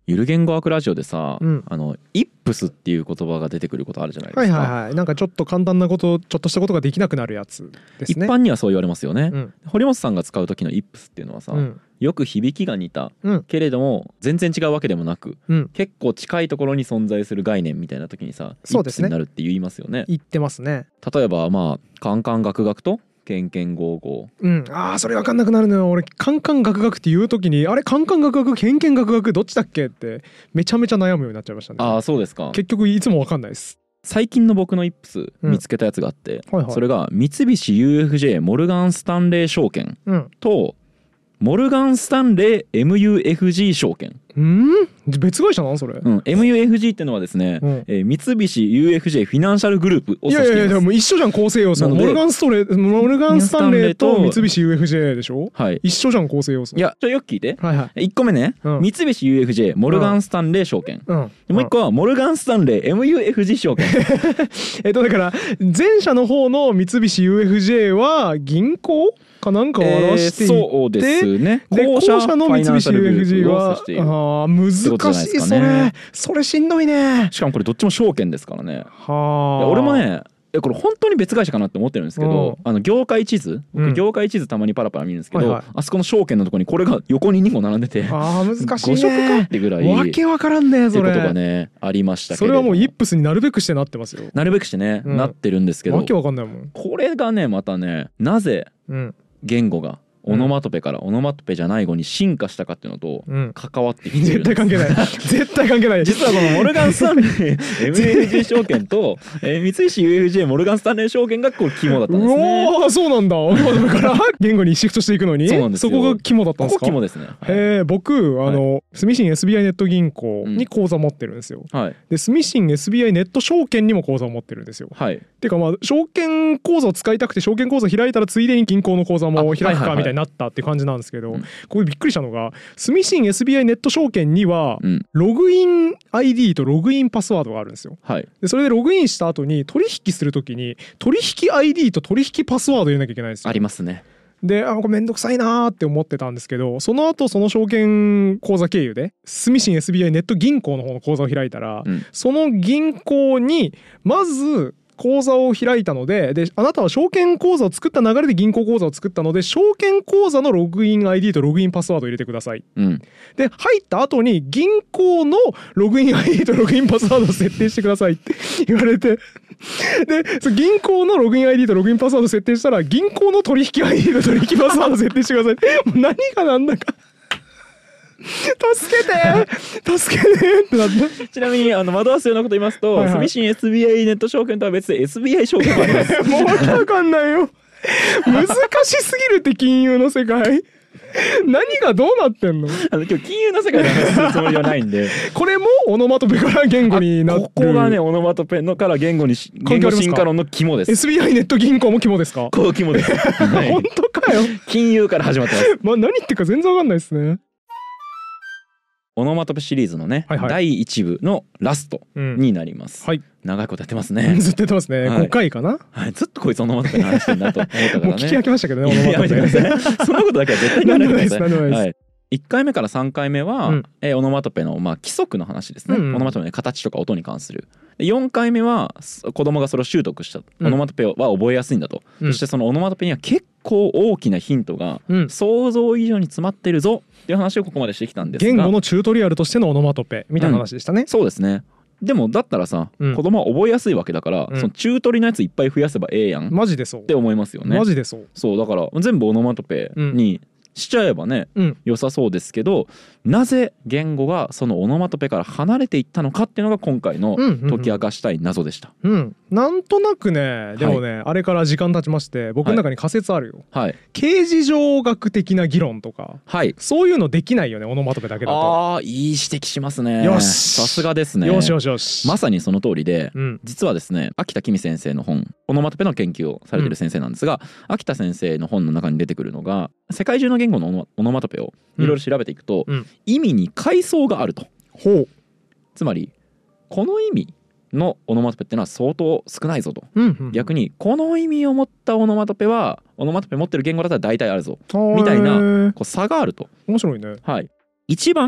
ゆる言語学ラジオでさ、 うん、 イップスっていう言葉が出てくることあるじゃないはですか。 いはいはい。なんかちょっと簡単なことちょっとしたことができなくなるやつですね。 一般にはそう言われますよね、 うん、 堀本さんが使う時のイップスっていうのはさ、 うん、 よく響きが似た、 うん、 けれども全然違うわけでもなく、 うん、 結構近いところに存在する概念みたいな時にさ、イップスそうですねになるって言いますよね。 言ってますね。 例えばまあカンカンガクガクとケンケンゴーゴー。 うん、それ分かんなくなるのよ。俺カンカンガクガクって言うときにあれカンカンガクガクケンケンガクガクどっちだっけってめちゃめちゃ悩むようになっちゃいましたね。 ああそうですか。 結局いつも分かんないです。 最近の僕のイップス見つけたやつがあって、 はいはい、 それが三菱 UFJ モルガンスタンレー証券とモルガンスタンレー MUFG 証券。 別会社なのそれ、 MUFG ってのはですね、三菱 UFJ フィナンシャルグループを指しています。 いやいやいやもう一緒じゃん構成要素。モルガンスタンレーと三菱 UFJ でしょ、はい、一緒じゃん構成要素。 いやよく聞いて、 はいはい、 1個目ね、三菱 UFJ モルガンスタンレー証券、もう1個はモルガンスタンレー MUFG 証券だから前者の方の三菱 UFJ は銀行かなんかを表していて、 そうですね。 で後者の三菱 UFG は難しい、それしんどいね。 しかもこれどっちも証券ですからね。俺もねこれ本当に別会社かなって思ってるんですけど、業界地図、僕業界地図たまにパラパラ見るんですけど、あそこの証券のところにこれが横に2個並んでて、 難しいね。5 色かってぐらいわけわからんねそれ。 ってことがねありましたけど、 それはもうイップスになるべくしてなってますよ。 なるべくしてね、なってるんですけど、 わけわかんないもん。 これがねまたね、なぜ言語がオノマトペからオノマトペじゃない語に進化したかっていうのと関わってきてるんです。 絶対関係ない絶対関係ない。 実はこのモルガンスタンレー MUFG 証券と三菱 UFJ モルガンスタンレー証券がこう肝だったんですね。 おおそうなんだ。オノマトペから言語にシフトしていくのに、そこが肝だったんですか。 ここ肝ですね。 僕住信 SBI ネット銀行に口座持ってるんですよ。で住信 SBI ネット証券にも口座を持ってるんですよ。っていうかまあ証券口座を使いたくて証券口座開いたらついでに銀行の口座も開くかみたいななったって感じなんですけど、これびっくりしたのが住信 SBI ネット証券にはログイン ID とログインパスワードがあるんですよ。でそれでログインした後に取引するときに取引 ID と取引パスワード入れなきゃいけないんですよ。 ありますね。 でこれめんどくさいなーって思ってたんですけど、その後その証券口座経由で住信 SBI ネット銀行の方の口座を開いたら、その銀行にまず口座を開いたので、あなたは証券口座を作った流れで銀行口座を作ったので証券口座のログイン ID とログインパスワードを入れてください、で入った後に銀行のログイン ID とログインパスワードを設定してくださいって言われて、で銀行のログイン ID とログインパスワードを設定したら銀行の取引 ID と取引パスワードを設定してください。もう何が何だか助けてってなった。 ちなみに惑わすようなこと言いますと、住信 SBI ネット証券とは別で SBI 証券もあります。 もうわけわかんないよ。難しすぎるって金融の世界。何がどうなってんの。 今日金融の世界の話するつもりはないんでこれもオノマトペから言語になってる。 ここがねオノマトペのから言語進化論の肝です。 SBI ネット銀行も肝ですか。 こう肝です、 本当かよ。 金融から始まってます。 何言ってるか全然わかんないですね。 オノマトペシリーズのね、第1部のラストになります、長いことやってますね。 ずっとやってますね、5回かな、 ずっとこいつオノマトペの話してんだと思ったからね。 もう聞き飽きましたけどね、オノマトペ。 そんなことだけは絶対に言わないでください。 何でもないです。 1回目から3回目は、オノマトペの規則の話ですね、オノマトペの形とか音に関する。4回目は子供がそれを習得した、オノマトペは覚えやすいんだと、そしてそのオノマトペには結構大きなヒントが想像以上に詰まってるぞっていう話をここまでしてきたんですが、 言語のチュートリアルとしてのオノマトペみたいな話でしたね、 そうですね。でもだったらさ、子供は覚えやすいわけだから、そのチュートリのやついっぱい増やせばええやん、 マジでそうって思いますよね。 マジでそう。 そうだから全部オノマトペにしちゃえばね、良さそうですけど、なぜ言語がそのオノマトペから離れていったのかっていうのが今回の解き明かしたい謎でした。 なんとなくね、でもね、あれから時間経ちまして僕の中に仮説あるよ、形而上学的な議論とか、そういうのできないよね、オノマトペだけだと。 いい指摘しますね。 よし、 さすがですね。 よしよしよし。 まさにその通りで、実はですね、秋田公先生の本、オノマトペの研究をされてる先生なんですが、秋田先生の本の中に出てくるのが、世界中の言語のオノマトペをいろいろ調べていくと、意味に階層があると。つまりこの意味のオノマトペってのは相当少ないぞと、逆にこの意味を持ったオノマトペはオノマトペ持ってる言語だったら大体あるぞみたいなこう差があると。 面白いね。 一番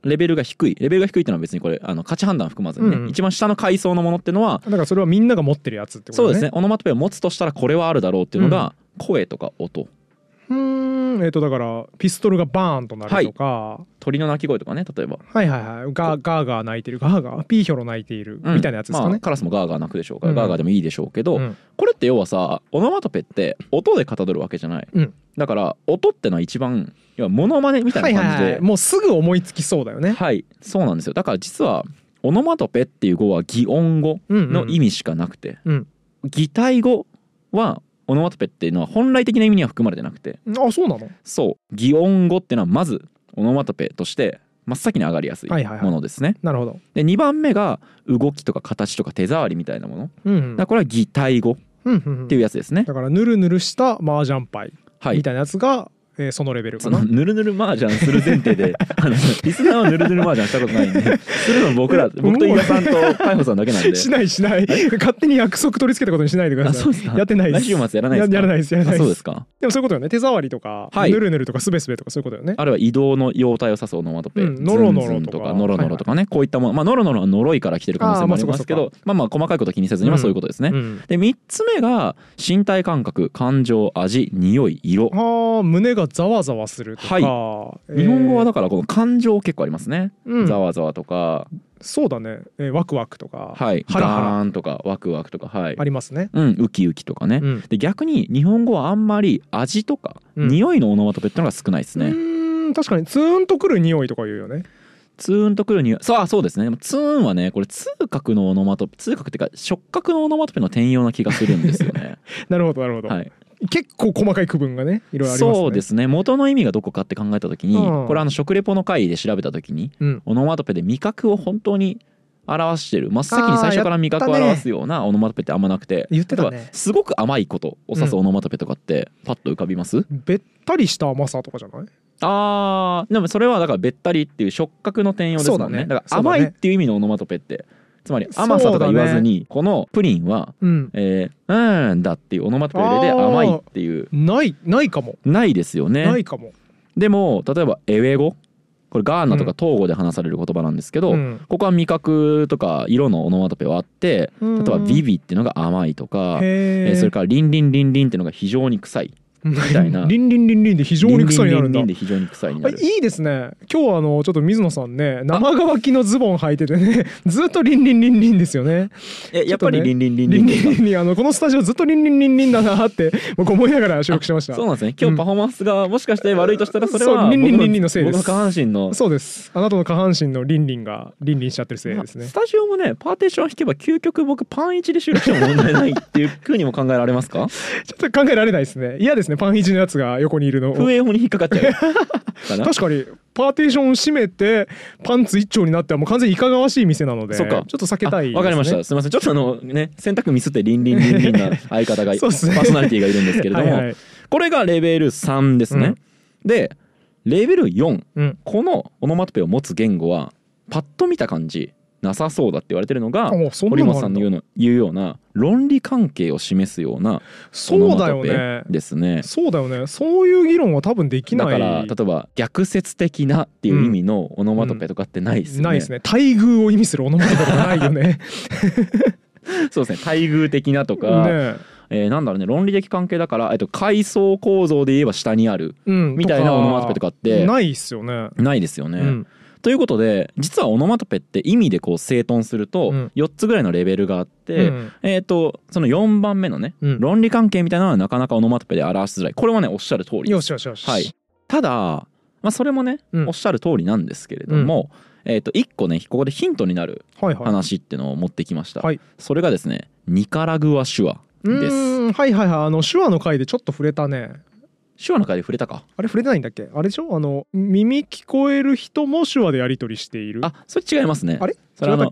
レベルが低いっていうのは別にこれ価値判断含まずにね、一番下の階層のものっていうのはだからそれはみんなが持ってるやつってことね。 そうですね。オノマトペを持つとしたらこれはあるだろうっていうのが声とか音。 だからピストルがバーンとなるとか、 鳥の鳴き声とかね、例えばガーガー鳴いてる、ガーガーピーヒョロ鳴いているみたいなやつですかね。 カラスもガーガー鳴くでしょうから、ガーガーでもいいでしょうけど、これって要はさ、オノマトペって音でかたどるわけじゃない、だから音ってのは一番要はモノマネみたいな感じで、 もうすぐ思いつきそうだよね。 はい、そうなんですよ。だから実はオノマトペっていう語は擬音語の意味しかなくて、擬態語はオノマトペっていうのは本来的な意味には含まれてなくて、 あ、そうなの？ そう、擬音語っていうのはまずオノマトペとして真っ先に上がりやすいものですね。 なるほど。 で2番目が動きとか形とか手触りみたいなもの、だからこれは擬態語っていうやつですね。 だからヌルヌルした麻雀牌みたいなやつが、そのレベルかな。 ぬるぬる麻雀する前提でリスナーはぬるぬる麻雀したことないんでするの僕と伊賀さんと海保さんだけなんでしない勝手に約束取り付けたことにしないでください。 そうですか。 やってないです。 来週末やらないですか？ やらないです。 そうですか。 でもそういうことよね。手触りとか、ぬるぬるとかすべすべとかそういうことよね。 あるいは移動の様態を指すオノマトペ、 ノロノロとかノロノロとかね、こういったもの、ノロノロは呪いから来てる可能性もありますけど、細かいこと気にせずにはそういうことですね。で3つ目が身体感覚、感情、味、匂い、色。 胸がざわざわするとか、 日本語はだからこの感情結構ありますね。ざわざわとか、 そうだね、ワクワクとか、 ハラハラとかワクワクとか、 ありますね。 ウキウキとかね。で逆に日本語はあんまり味とか匂いのオノマトペってのが少ないですね。 確かにツーンとくる匂いとか言うよね。 ツーンとくる匂い、そうですね。でもツーンはね、これ痛覚のオノマトペ、痛覚っていうか触覚のオノマトペの転用な気がするんですよね。 なるほどなるほど。結構細かい区分がね、いろいろありますね。 そうですね。元の意味がどこかって考えた時に、これ食レポの回で調べた時に、オノマトペで味覚を本当に表してる、真っ先に最初から味覚を表すようなオノマトペってあんまなくて、 言ってたね。 すごく甘いことを指すオノマトペとかってパッと浮かびます？ べったりした甘さとかじゃない？ でもそれはだからべったりっていう触覚の転用ですもんね。だから甘いっていう意味のオノマトペって、つまり甘さとか言わずに、このプリンはだっていうオノマトペを入れて甘いっていう、 ないかも。 ないですよね。 ないかも。 でも例えばエウェ語、これガーナとかトーゴで話される言葉なんですけど、ここは味覚とか色のオノマトペはあって、例えばビビっていうのが甘いとか、それからリンリンリンリンっていうのが非常に臭いみたいな。 リンリンリンリンで非常に臭いになるんだ。 リンリンリンで非常に臭いになる。 いいですね。今日はちょっと水野さんね、生乾きのズボン履いててね、ずっとリンリンリンリンですよね。 やっぱりリンリンリンリンですか？このスタジオずっとリンリンリンリンだなって僕思いながら収録してました。 そうなんですね。今日パフォーマンスがもしかして悪いとしたらそれはリンリンリンリンのせいです。 僕の下半身の。 そうです。あなたの下半身のリンリンがリンリンしちゃってるせいですね。 スタジオもね、パーテーション引けば究極僕パン1で収録しても問題ないっていう風にも考えられますか？ ちょっと考えられないですね。嫌ですね、パン1のやつが横にいるの。 風営法に引っかかっちゃう確かにパーテーション閉めてパンツ一丁になってはもう完全にいかがわしい店なので、ちょっと避けたいですね。 わかりました。すみません。ちょっとね、選択ミスってリンリンリンリンな相方がパーソナリティがいるんですけれども、これがレベル3ですね。でレベル4、このオノマトペを持つ言語はパッと見た感じなさそうだって言われてるのが、堀本さんの言うような論理関係を示すようなオノマトペですね。 そうだよね。そういう議論は多分できない。 だから例えば逆説的なっていう意味のオノマトペとかってないですよね。 ないですね。待遇を意味するオノマトペとかないよね。 そうですね。待遇的なとか、なんだろうね、論理的関係だから、階層構造で言えば下にあるみたいなオノマトペとかってないですよね。 ないですよね。ということで実はオノマトペって意味でこう整頓すると4つぐらいのレベルがあって、その4番目のね、論理関係みたいなのはなかなかオノマトペで表しづらい。これはねおっしゃる通りです。 よしよしよし。 はい。ただ、それもね、おっしゃる通りなんですけれども、1個ねここでヒントになる話っていうのを持ってきました。それがですね、ニカラグア手話です。 はいはいはい。手話の回でちょっと触れたね。 手話の回で触れたか？ あれ触れてないんだっけ？あれでしょ？耳聞こえる人も手話でやり取りしている。 それ違いますね。 あれ？違ったっけ？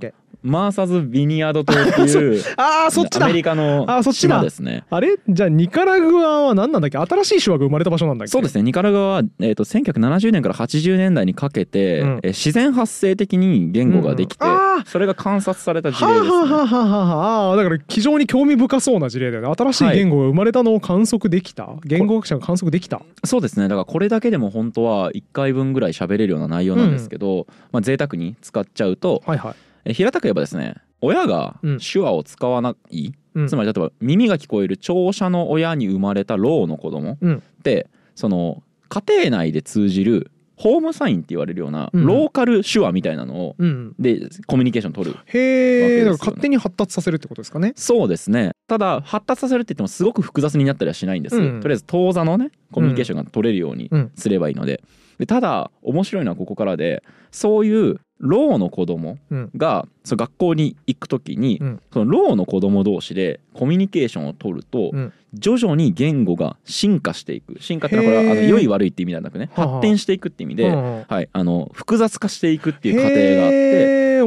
マーサズ・ビニヤード島っていうそっちだ、 アメリカの島ですね。 あれじゃあニカラグアは何なんだっけ、新しい手話が生まれた場所なんだっけ。 そうですね、ニカラグアは、1970年から80年代にかけて、自然発生的に言語ができて、それが観察された事例ですね。 だから非常に興味深そうな事例だよね。新しい言語が生まれたのを観測できた、言語学者が観測できた。 そうですね、だからこれだけでも本当は1回分ぐらい喋れるような内容なんですけど、贅沢に使っちゃうと、平たく言えばですね、親が手話を使わない、つまり例えば耳が聞こえる聴者の親に生まれたろうの子供ってその家庭内で通じるホームサインって言われるようなローカル手話みたいなのをでコミュニケーション取るわけですよね。 だから勝手に発達させるってことですかね。 そうですね。ただ発達させるって言ってもすごく複雑になったりはしないんです、とりあえず当座のねコミュニケーションが取れるようにすればいいので、ただ面白いのはここからで、そういうろうの子供がその学校に行くときに、そのろうの子供同士でコミュニケーションを取ると、徐々に言語が進化していく。進化ってのはこれは良い悪いって意味なんだけどね、発展していくって意味で、複雑化していくっていう過程があって、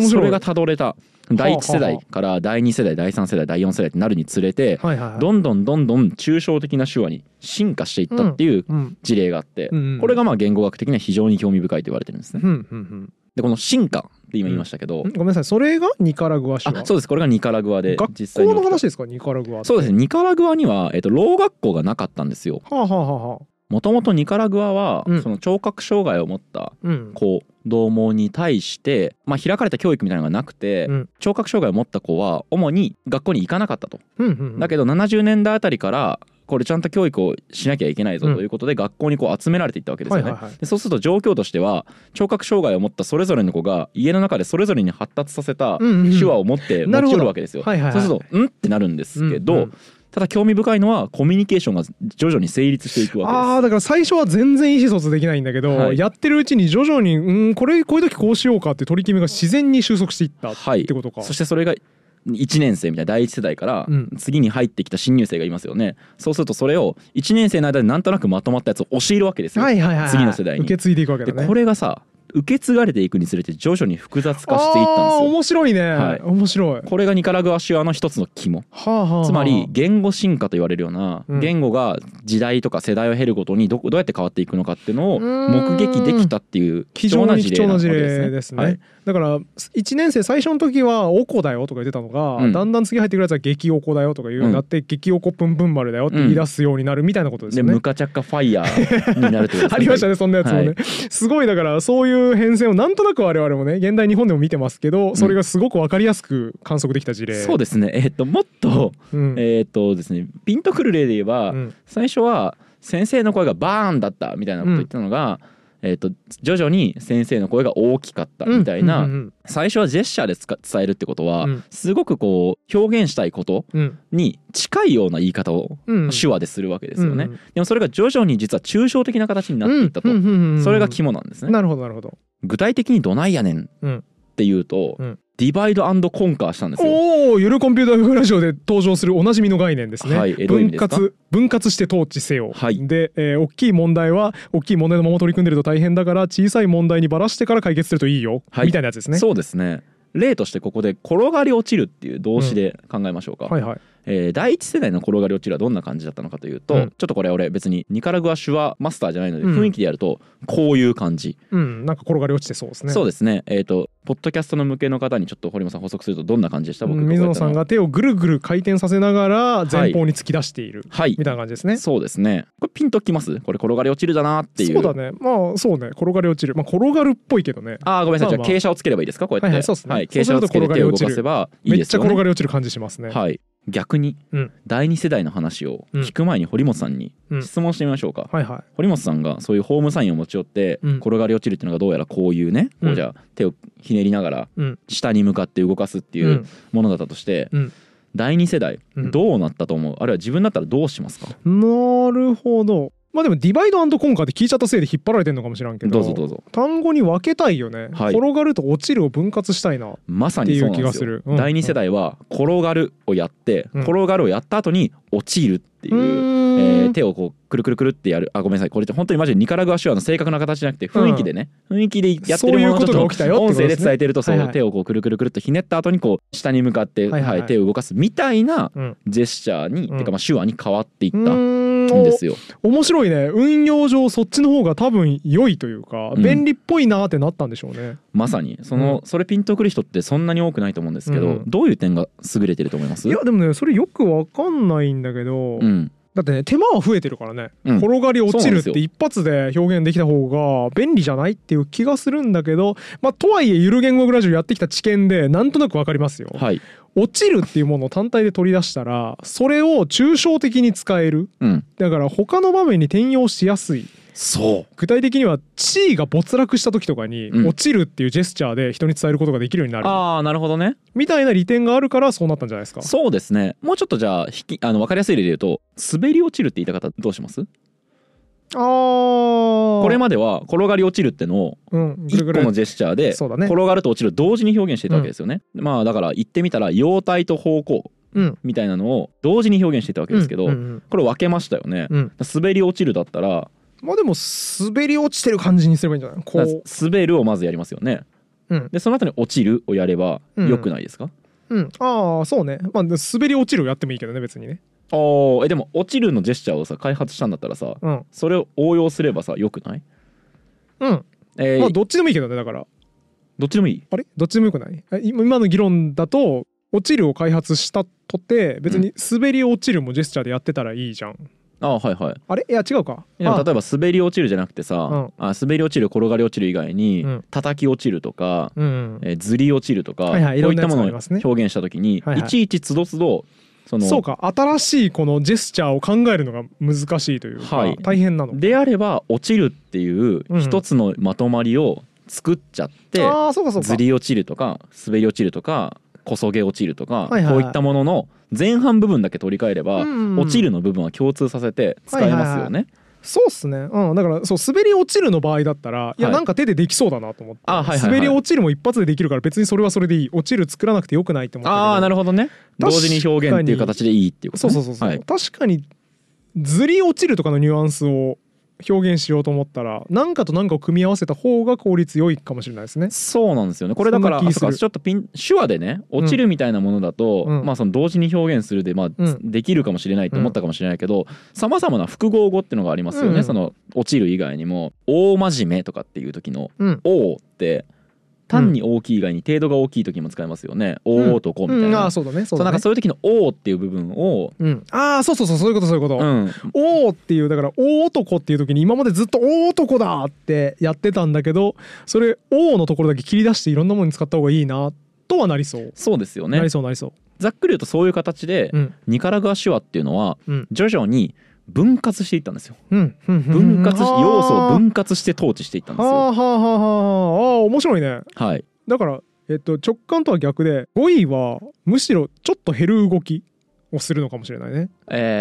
それがたどれた第1世代から第2世代第3世代第4世代ってなるにつれて、どんどん抽象的な手話に進化していったっていう事例があって、これがまあ言語学的には非常に興味深いと言われてるんですね。でこの進化って今言いましたけど、 ごめんなさい、それがニカラグア手話。 そうです、これがニカラグアで実際に学校の話ですか、ニカラグアって。 そうですね、ニカラグアにはろう学校がなかったんですよ。もともとニカラグアは、その聴覚障害を持った子供に対して、開かれた教育みたいなのがなくて、聴覚障害を持った子は主に学校に行かなかったと。だけど70年代あたりからこれちゃんと教育をしなきゃいけないぞということで学校にこう集められていったわけですよね。でそうすると状況としては聴覚障害を持ったそれぞれの子が家の中でそれぞれに発達させた手話を持って持ち寄るわけですよ。そうするとってなるんですけど、ただ興味深いのはコミュニケーションが徐々に成立していくわけです。 だから最初は全然意思疎通できないんだけど、やってるうちに徐々にこういう時こうしようかって取り決めが自然に収束していったってことか。 そしてそれが1年生みたいな第1世代から次に入ってきた新入生がいますよね。そうするとそれを1年生の間でなんとなくまとまったやつを教えるわけですよ、次の世代に。 受け継いでいくわけだね。 でこれがさ受け継がれていくにつれて徐々に複雑化していったんですよ。 面白いね、面白い。 これがニカラグア手話の一つの肝、つまり言語進化と言われるような、言語が時代とか世代を経るごとにどうやって変わっていくのかっていうのを目撃できたっていう貴重な事例なわけですね。 だから1年生最初の時はおこだよとか言ってたのが、だんだん次入ってくるやつは激おこだよとか言うようになって、激おこぷんぷん丸だよって言い出すようになるみたいなことですよね。 でムカチャッカファイヤーになるってことですね。 ありましたね、そんなやつもね。すごい、だからそういう変遷をなんとなく我々もね現代日本でも見てますけど、それがすごく分かりやすく観測できた事例。 そうですね。もっとですね、ピンとくる例で言えば、最初は先生の声がバーンだったみたいなこと言ったのが、徐々に先生の声が大きかったみたいな、最初はジェスチャーで伝えるってことは、すごくこう表現したいことに近いような言い方を手話でするわけですよね。でもそれが徐々に実は抽象的な形になっていったと、それが肝なんですね。 なるほどなるほど。 具体的にどないやねんっていうと、ディバイド&コンカーしたんですよ。 ゆるコンピューター風ラジオで登場するおなじみの概念ですね。分割して統治せよ。で、大きい問題は大きい問題のまま取り組んでると大変だから小さい問題にばらしてから解決するといいよ、みたいなやつですね。 そうですね。例としてここで転がり落ちるっていう動詞で考えましょうか。第一世代の転がり落ちるはどんな感じだったのかというと、ちょっとこれ俺別にニカラグア手話マスターじゃないので雰囲気でやるとこういう感じ、 なんか転がり落ちてそうですね。 そうですね。ポッドキャストの向けの方にちょっと堀本さん補足するとどんな感じでした？僕水野さんが手をぐるぐる回転させながら前方に突き出している、みたいな感じですね。 そうですね。これピンときます？これ転がり落ちるだなっていう。 そうだね。そうね、転がり落ちる。転がるっぽいけどね。 ごめんなさい。じゃあ傾斜をつければいいですか？こうやって。そうですね。傾斜をつけて手を動かせばいいですよね。 めっちゃ転がり落ちる感じしますね。 逆に第2世代の話を聞く前に堀本さんに質問してみましょうか。堀本さんがそういうホームサインを持ち寄って転がり落ちるっていうのがどうやらこういうね、こうじゃあ手をひねりながら下に向かって動かすっていうものだったとして、第2世代どうなったと思う？あるいは自分だったらどうしますか？ なるほど。でもディバイド&コンカーって聞いちゃったせいで引っ張られてんのかもしれんけど、 どうぞ単語に分けたいよね。転がると落ちるを分割したいなっていう気がする。 第2世代は転がるをやって、転がるをやった後に落ちるっていう手をこうくるくるくるってやる。あ、ごめんなさい、これって本当にマジでニカラグア手話の正確な形じゃなくて雰囲気でね、雰囲気でやってるものをちょっと音声で伝えてると、そう手をこうくるくるくるっとひねった後にこう下に向かって手を動かすみたいなジェスチャーに、てかまあ手話に変わっていったんですよ。 面白いね。運用上そっちの方が多分良いというか便利っぽいなってなったんでしょうね。 まさにそれピンとくる人ってそんなに多くないと思うんですけど、どういう点が優れてると思います？ いやでもね、それよくわかんないんだけど、だってね、手間は増えてるからね、転がり落ちるって一発で表現できた方が便利じゃないっていう気がするんだけど、まあとはいえゆる言語グラジオやってきた知見でなんとなくわかりますよ。落ちるっていうものを単体で取り出したらそれを抽象的に使える、だから他の場面に転用しやすい。 そう具体的には地位が没落した時とかに落ちるっていうジェスチャーで人に伝えることができるようになる、 ああなるほどね、みたいな利点があるからそうなったんじゃないですか。 そうですね。もうちょっとじゃあ分かりやすい例で言うと、滑り落ちるって言いた方どうします？これまでは転がり落ちるってのを1個のジェスチャーで転がると落ちる同時に表現していたわけですよね。まあだから言ってみたら様態と方向みたいなのを同時に表現していたわけですけど、これ分けましたよね。滑り落ちるだったらまあでも滑り落ちてる感じにすればいいんじゃない？こう滑るをまずやりますよね。でその後に落ちるをやればよくないですか？ ああそうね。まあ滑り落ちるをやってもいいけどね別にね。 でも落ちるのジェスチャーをさ開発したんだったらさ、それを応用すればさよくない？まあどっちでもいいけどね。だからどっちでもいい？ あれどっちでもよくない？今の議論だと落ちるを開発したとて別に滑り落ちるもジェスチャーでやってたらいいじゃん。 はいはい。 あれいや違うか。 例えば滑り落ちるじゃなくてさ、滑り落ちる転がり落ちる以外に、叩き落ちるとか、ずり落ちるとか、こういったものを表現した時に、いちいちつどつどそうか、新しいこのジェスチャーを考えるのが難しいというか、大変なのであれば落ちるっていう一つのまとまりを作っちゃって、ずり落ちるとか滑り落ちるとかこそげ落ちるとか、こういったものの前半部分だけ取り替えれば、落ちるの部分は共通させて使えますよね。 そうっすね。だからそう滑り落ちるの場合だったら、いやなんか手でできそうだなと思って、滑り落ちるも一発でできるから別にそれはそれでいい。落ちる作らなくてよくないって思ったけど。 なるほどね。同時に表現っていう形でいいっていうことね。 そう確かにずり落ちるとかのニュアンスを表現しようと思ったら何かと何かを組み合わせた方が効率良いかもしれないですね。 そうなんですよね。これだからちょっと手話でね落ちるみたいなものだと、まあその同時に表現するでできるかもしれないと思ったかもしれないけど、さまざまな複合語っていうのがありますよね。その落ちる以外にも大真面目とかっていう時の「お」って単に大きい以外に程度が大きい時も使えますよね。大男みたいな。そうなんかそういう時の「お」っていう部分をそういうこと。おっていうだから大男っていう時に今までずっと大男だってやってたんだけど、それおのところだけ切り出していろんなものに使った方がいいなとはなりそう。 そうですよね。 なりそう。 ざっくり言うとそういう形でニカラグア手話っていうのは徐々に分割していったんですよ。要素を分割して統治していったんですよ。 面白いね。だから直感とは逆で語彙はむしろちょっと減る動きをするのかもしれないね。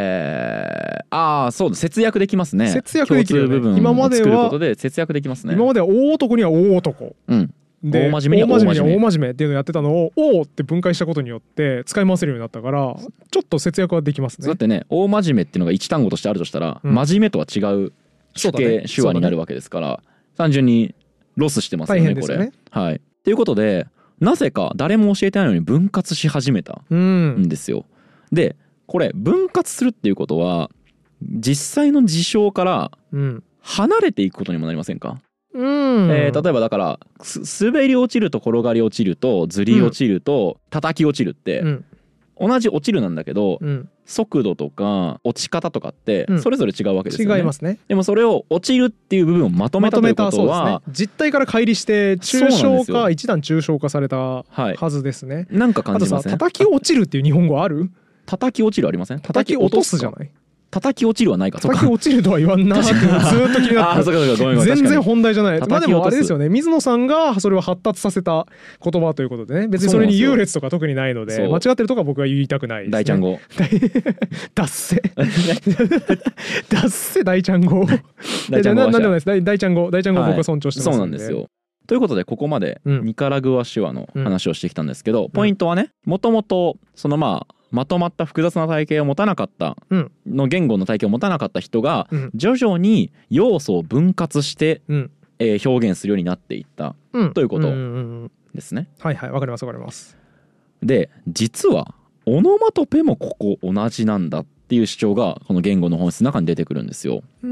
そう節約できますね。 節約できるよね。 共通部分を作ることで節約できますね。 今までは大男には大男。で大真面目には大真面目っていうのをやってたのを「お」って分解したことによって使い回せるようになったからちょっと節約はできますね。 だってね大真面目っていうのが一単語としてあるとしたら、真面目とは違う手話になるわけですから、単純にロスしてますよねこれ。ということでなぜか誰も教えてないのに分割し始めたんですよ。でこれ分割するっていうことは実際の事象から離れていくことにもなりませんか？例えばだから滑り落ちると転がり落ちるとずり落ちると叩き落ちるって、同じ落ちるなんだけど、速度とか落ち方とかってそれぞれ違うわけですよね。 違いますね。 でもそれを落ちるっていう部分をまとめたということは、 実態から乖離して抽象化一段抽象化されたはずですね。 なんか感じません？ 叩き落ちるっていう日本語ある？ 叩き落ちるありません？ 叩き落とすじゃない？ 叩き落ちるはないか。 叩き落ちるとは言わんなってずっと気になって全然本題じゃない。まあでもあれですよね、水野さんがそれを発達させた言葉ということでね、別にそれに優劣とか特にないので間違ってるとか僕は言いたくないですね。 大ちゃん語脱せ大ちゃん語大ちゃん語僕は尊重してますんで。 そうなんですよ。ということでここまでニカラグア手話の話をしてきたんですけど、ポイントはね、もともとその真まとまった複雑な体系を持たなかったの言語の体系を持たなかった人が徐々に要素を分割して表現するようになっていったということですね。 はいはい、わかりますわかります。 で実はオノマトペもここ同じなんだっていう主張がこの言語の本質の中に出てくるんですよ。例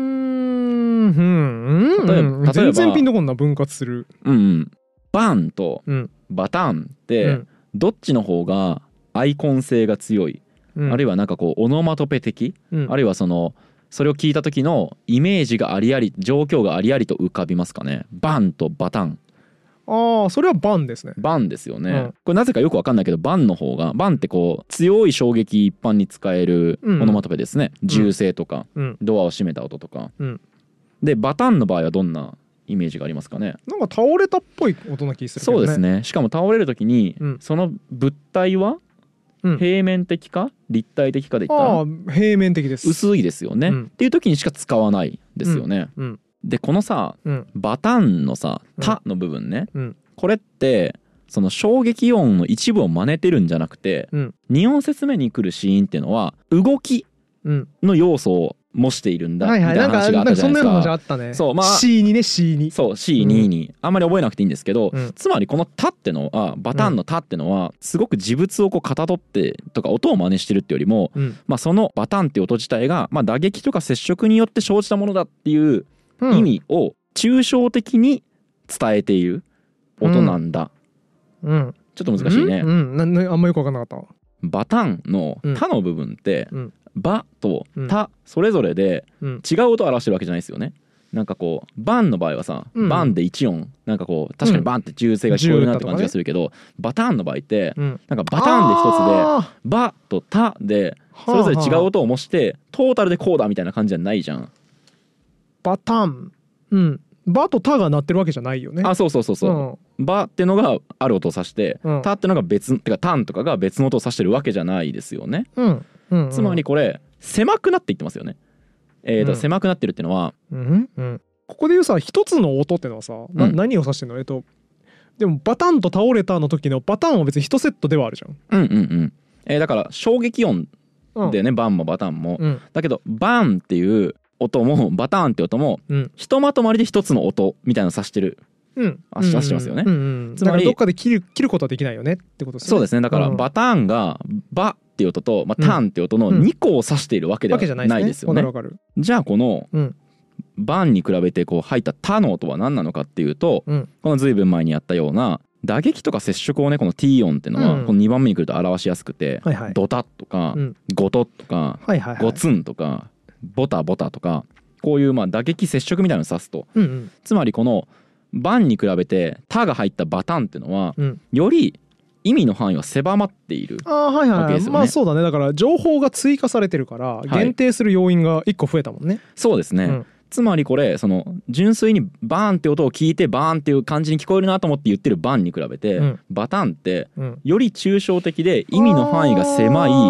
えば全然ピンとこんな、分割する。 バンとバタンってどっちの方がアイコン性が強い、あるいはなんかこうオノマトペ的、あるいはそれを聞いた時のイメージがありあり、状況がありありと浮かびますかね。バンとバタン。 ああ、それはバンですね。 バンですよね、これなぜかよく分かんないけど、バンの方が、バンってこう強い衝撃一般に使えるオノマトペですね、銃声とか、ドアを閉めた音とか、でバタンの場合はどんなイメージがありますかね。 なんか倒れたっぽい音な気するけどね。 そうですね。しかも倒れる時に、その物体は平面的か立体的かで言ったら、 平面的です。 薄いですよね、っていう時にしか使わないですよね。でこのさ、バタンのさ「タ」の部分ね、これってその衝撃音の一部を真似てるんじゃなくて、2音節目に来るシーンっていうのは動きの要素を模しているんだみたいな話があったじゃないですか。そんな話あったね。 そう、まあ C2 ね、C2。 そう C2 にあんまり覚えなくていいんですけど、つまりこの「タ」ってのは、バタンの「タ」ってのはすごく事物をこうかたどってとか音を真似してるっていうよりも、まあそのバタンっていう音自体がまあ打撃とか接触によって生じたものだっていう意味を抽象的に伝えている音なんだ。ちょっと難しいね。 あんまよく分かんなかった。 バタンの「タ」の部分って「バ」と「タ」それぞれで違う音を表してるわけじゃないですよね。なんかこうバンの場合はさ、バンで1音なんかこう確かにバンって銃声が聞こえるなって感じがするけど、バタンの場合ってなんかバタンで一つでバとタでそれぞれ違う音を模してトータルでこうだみたいな感じじゃないじゃん。 バタン、バとタが鳴ってるわけじゃないよね。 あ、そうそうそうそう、バってのがある音を指して、タってのが別てかタンとかが別の音を指してるわけじゃないですよね。つまりこれ狭くなっていってますよね。狭くなってるっていうのは、 ここでいうさ一つの音ってのはさ、何を指してんの？でもバタンと倒れたの時のバタンは別に1セットではあるじゃん。 だから衝撃音でね、バンもバタンも、だけどバンっていう音もバタンって音も、ひとまとまりで一つの音みたいなのを指してる、指してますよね。 つまりどっかで切ることはできないよねってことですね。 そうですね。だからバタンがバっていう音と、タンっていう音の2個を指しているわけではないですよね。じゃあこのバンに比べてこう入ったタの音は何なのかっていうと、この随分前にやったような打撃とか接触をね、この T 音っていうのはこの2番目に来ると表しやすくて、ドタッとかゴトッとかゴツンとかボタボタとか、こういうまあ打撃接触みたいなのを指すと、つまりこのバンに比べてタが入ったバタンっていうのは、より意味の範囲は狭まっているわけですよね。 まあそうだね。だから情報が追加されてるから限定する要因が1個増えたもんね。 そうですね。つまりこれその純粋にバーンって音を聞いてバーンっていう感じに聞こえるなと思って言ってるバンに比べて、バタンってより抽象的で意味の範囲が狭い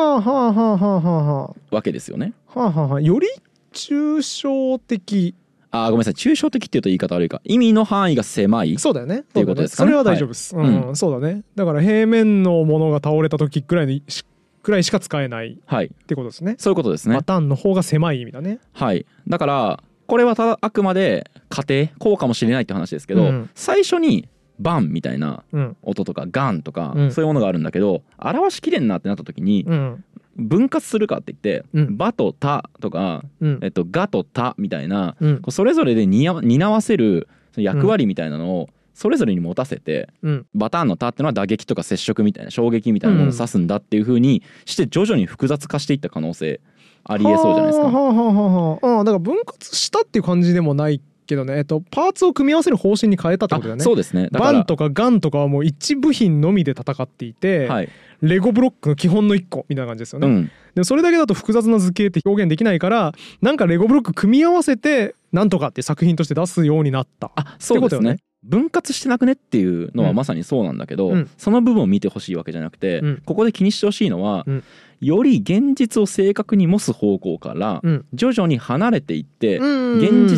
わけですよね。 より抽象的。 ごめんなさい、抽象的っていうと言い方悪いか、意味の範囲が狭い。 そうだよね。 っていうことですかね。 それは大丈夫です。そうだね。だから平面のものが倒れた時くらいしか使えないってことですね。 そういうことですね。 バタンの方が狭い意味だね。 はい。だからこれはただあくまで仮定こうかもしれないって話ですけど、最初にバンみたいな音とかガンとか、そういうものがあるんだけど、表しきれんなってなった時に、分割するかって言って、バとタとか、ガとタみたいな、それぞれで担わせる役割みたいなのをそれぞれに持たせて、バタンのタっていうのは打撃とか接触みたいな衝撃みたいなものを指すんだっていう風にして徐々に複雑化していった可能性ありえそうじゃないですか。 だから分割したっていう感じでもないけどね、パーツを組み合わせる方針に変えたってことだよね。 そうですね。 バンとかガンとかはもう一部品のみで戦っていて、レゴブロックの基本の1個みたいな感じですよね。でもそれだけだと複雑な図形って表現できないから、なんかレゴブロック組み合わせてなんとかって作品として出すようになった。 そうですね。分割してなくねっていうのはまさにそうなんだけど、その部分を見てほしいわけじゃなくて、ここで気にしてほしいのは、より現実を正確に模す方向から徐々に離れていって、現実っ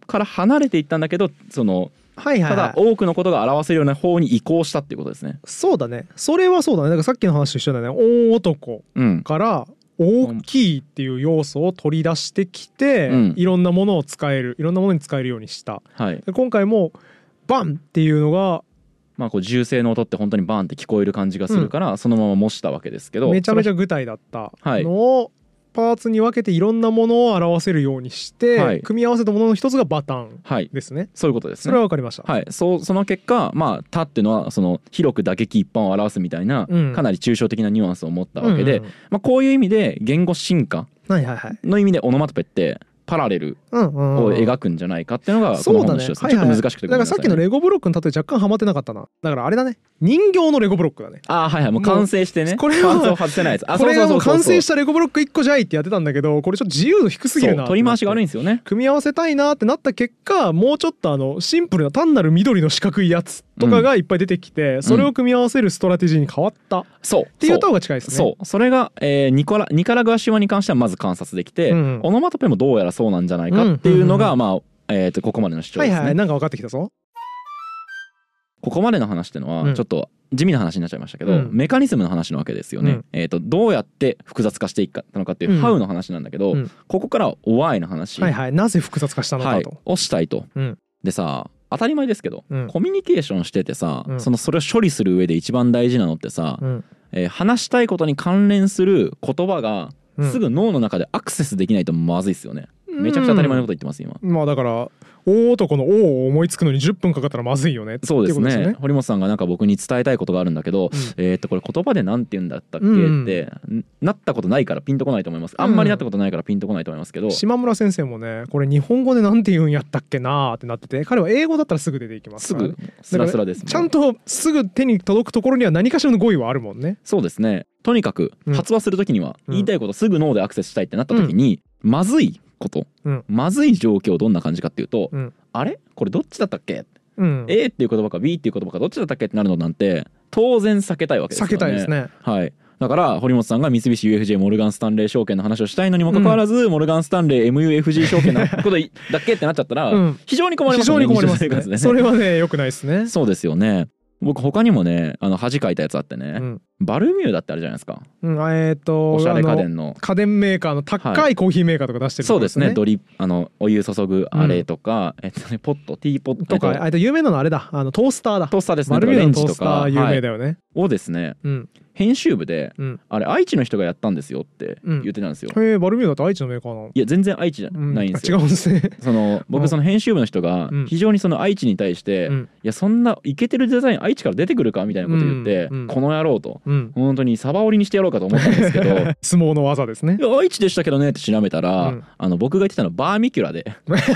から離れていったんだけど、そのただ多くのことが表せるような方に移行したっていうことですね。 そうだね、それはそうだね。だからさっきの話と一緒だね。大男から大きいっていう要素を取り出してきて、いろんなものを使える、いろんなものに使えるようにした、で今回もバンっていうのがまあこう銃声の音って本当にバンって聞こえる感じがするから、そのまま模したわけですけど、 めちゃめちゃ具体だったのをパーツに分けていろんなものを表せるようにして、組み合わせたものの一つがバタンですね。 そういうことですね。 それは分かりました。 その結果、まあ「た」っていうのはその広く打撃一般を表すみたいな、かなり抽象的なニュアンスを持ったわけで、まあこういう意味で言語進化の意味でオノマトペってパラレルを描くんじゃないかっていうのがこの本の主張です。ちょっと難しくて、 だからさっきのレゴブロックの例え若干ハマってなかったな。だからあれだね、人形のレゴブロックだね。 もう完成してね、 これパーツを外せないやつ。 これがもう完成したレゴブロック1個じゃいってやってたんだけど、これちょっと自由度低すぎるな、 取り回しが悪いんですよね。 組み合わせたいなってなった結果、もうちょっとシンプルな単なる緑の四角いやつとかがいっぱい出てきて、それを組み合わせるストラテジーに変わったっていうと方が近いですね。 それがニカラグア島に関してはまず観察できて、オノマトペもどうやらそうなんじゃないかっていうのがまあここまでの主張ですね。 なんか分かってきたぞ。 ここまでの話っていうのはちょっと地味な話になっちゃいましたけど、メカニズムの話なわけですよね。どうやって複雑化していくのかっていう How の話なんだけど、ここからは Why の話、 なぜ複雑化したのかと、 をしたいと。でさ、当たり前ですけど、コミュニケーションしててさ、それを処理する上で一番大事なのってさ、話したいことに関連する言葉がすぐ脳の中でアクセスできないとまずいですよね。めちゃくちゃ当たり前のこと言ってます今。 まあだから大男の「O」を思いつくのに10分かかったらまずいよね。 そうですね。堀本さんがなんか僕に伝えたいことがあるんだけど、これ言葉でなんて言うんだったっけってなったことないからピンとこないと思います。あんまりなったことないからピンとこないと思いますけど、 島村先生もね、これ日本語でなんて言うんやったっけなーってなってて、彼は英語だったらすぐ出ていきますから、 すぐスラスラですね。 ちゃんとすぐ手に届くところには何かしらの語彙はあるもんね。 そうですね。とにかく発話するときには言いたいことすぐ脳でアクセスしたいってなったときに、まずいこと、まずい状況どんな感じかっていうと、あれこれどっちだったっけ、A っていう言葉か B っていう言葉かどっちだったっけってなるのなんて当然避けたいわけですよね。 避けたいですね。 だから堀本さんが三菱 UFJ モルガンスタンレー証券の話をしたいのにもかかわらず、モルガンスタンレー MUFG 証券のことだっけってなっちゃったら、非常に困りますよね。 非常に困りますね。それはね良くないですね。 そうですよね。僕他にもね恥かいたやつあってね、バルミューダってあるじゃないですか。おしゃれ家電の家電メーカーの高いコーヒーメーカーとか出してる、 そうですね。お湯注ぐあれとか、ポットティーポットとか、有名なのあれだ、トースターだ。 トースターですね。 バルミューダのトースター有名だよね。 をですね、編集部で、あれ愛知の人がやったんですよって言ってたんですよ。 へえ、バルミューダって愛知のメーカーなの？ いや全然愛知じゃないんですよ。 違うんですね。 僕その編集部の人が非常にその愛知に対して、いやそんなイケてるデザイン愛知から出てくるかみたいなこと言って、この野郎と、本当にサバ折りにしてやろうかと思ったんですけど、 相撲の技ですね。 いや愛知でしたけどねって調べたら、僕が言ってたのはバーミキュラで。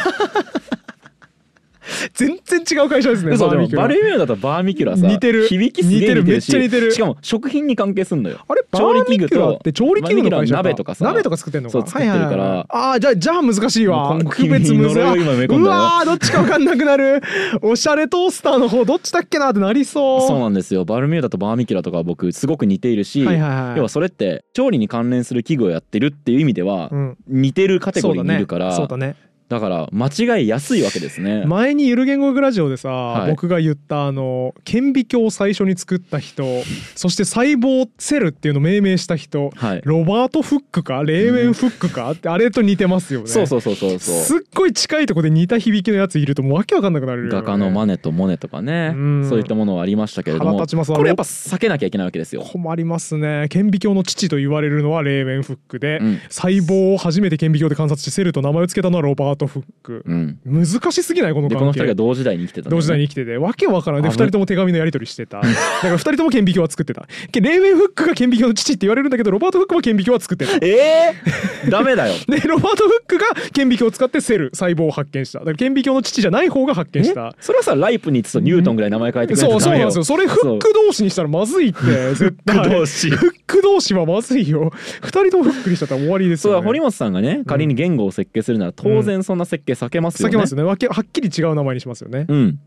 全然違う会社ですね。 バルミューダとバーミキュラさ、 似てる、 響きすげえ似てる、 めっちゃ似てる。 しかも食品に関係すんのよ。 あれ調理器具と調理器具の会社か。 鍋とかさ、 鍋とか作ってんのか。 そう作ってるから。 じゃあ難しいわ。区別難しい。うわどっちか分かんなくなる。おしゃれトースターの方どっちだっけなってなりそう。 そうなんですよ。バルミューダとバーミキュラとか僕すごく似ているし、要はそれって調理に関連する器具をやってるっていう意味では似てるカテゴリーにいるから。 そうだね。 だから間違いやすいわけですね。 前にゆる言語学ラジオでさ、僕が言った顕微鏡を最初に作った人、そして細胞セルっていうのを命名した人、ロバート・フックかレーウェン・フックかってあれと似てますよね。そうすっごい近いところで似た響きのやついるともうわけわかんなくなるよね。 画家のマネとモネとかね、そういったものはありましたけれども、これやっぱ避けなきゃいけないわけですよ。 困りますね。顕微鏡の父と言われるのはレーウェン・フックで、細胞を初めて顕微鏡で観察しセルと名前を付けたのはロバート・フック。難しすぎないこの関係。 この2人が同時代に生きてた、 同時代に生きててわけわからない。で2人とも手紙のやり取りしてた。だから2人とも顕微鏡は作ってた。レーウェン・フックが顕微鏡の父って言われるんだけど、ロバート・フックも顕微鏡は作ってた。 ダメだよ。 でロバート・フックが顕微鏡を使ってセル細胞を発見した。だから顕微鏡の父じゃない方が発見した。 それはさライプニッツとニュートンぐらい名前変えてくれる。そうなんですよ。それフック同士にしたらまずいって絶対。フック同士はまずいよ。2人ともフックにしちゃったら終わりですよね。 そうだ、堀本さんがね仮に言語を設計するなら当然そんな設計避けますよね。 避けますね。はっきり違う名前にしますよね。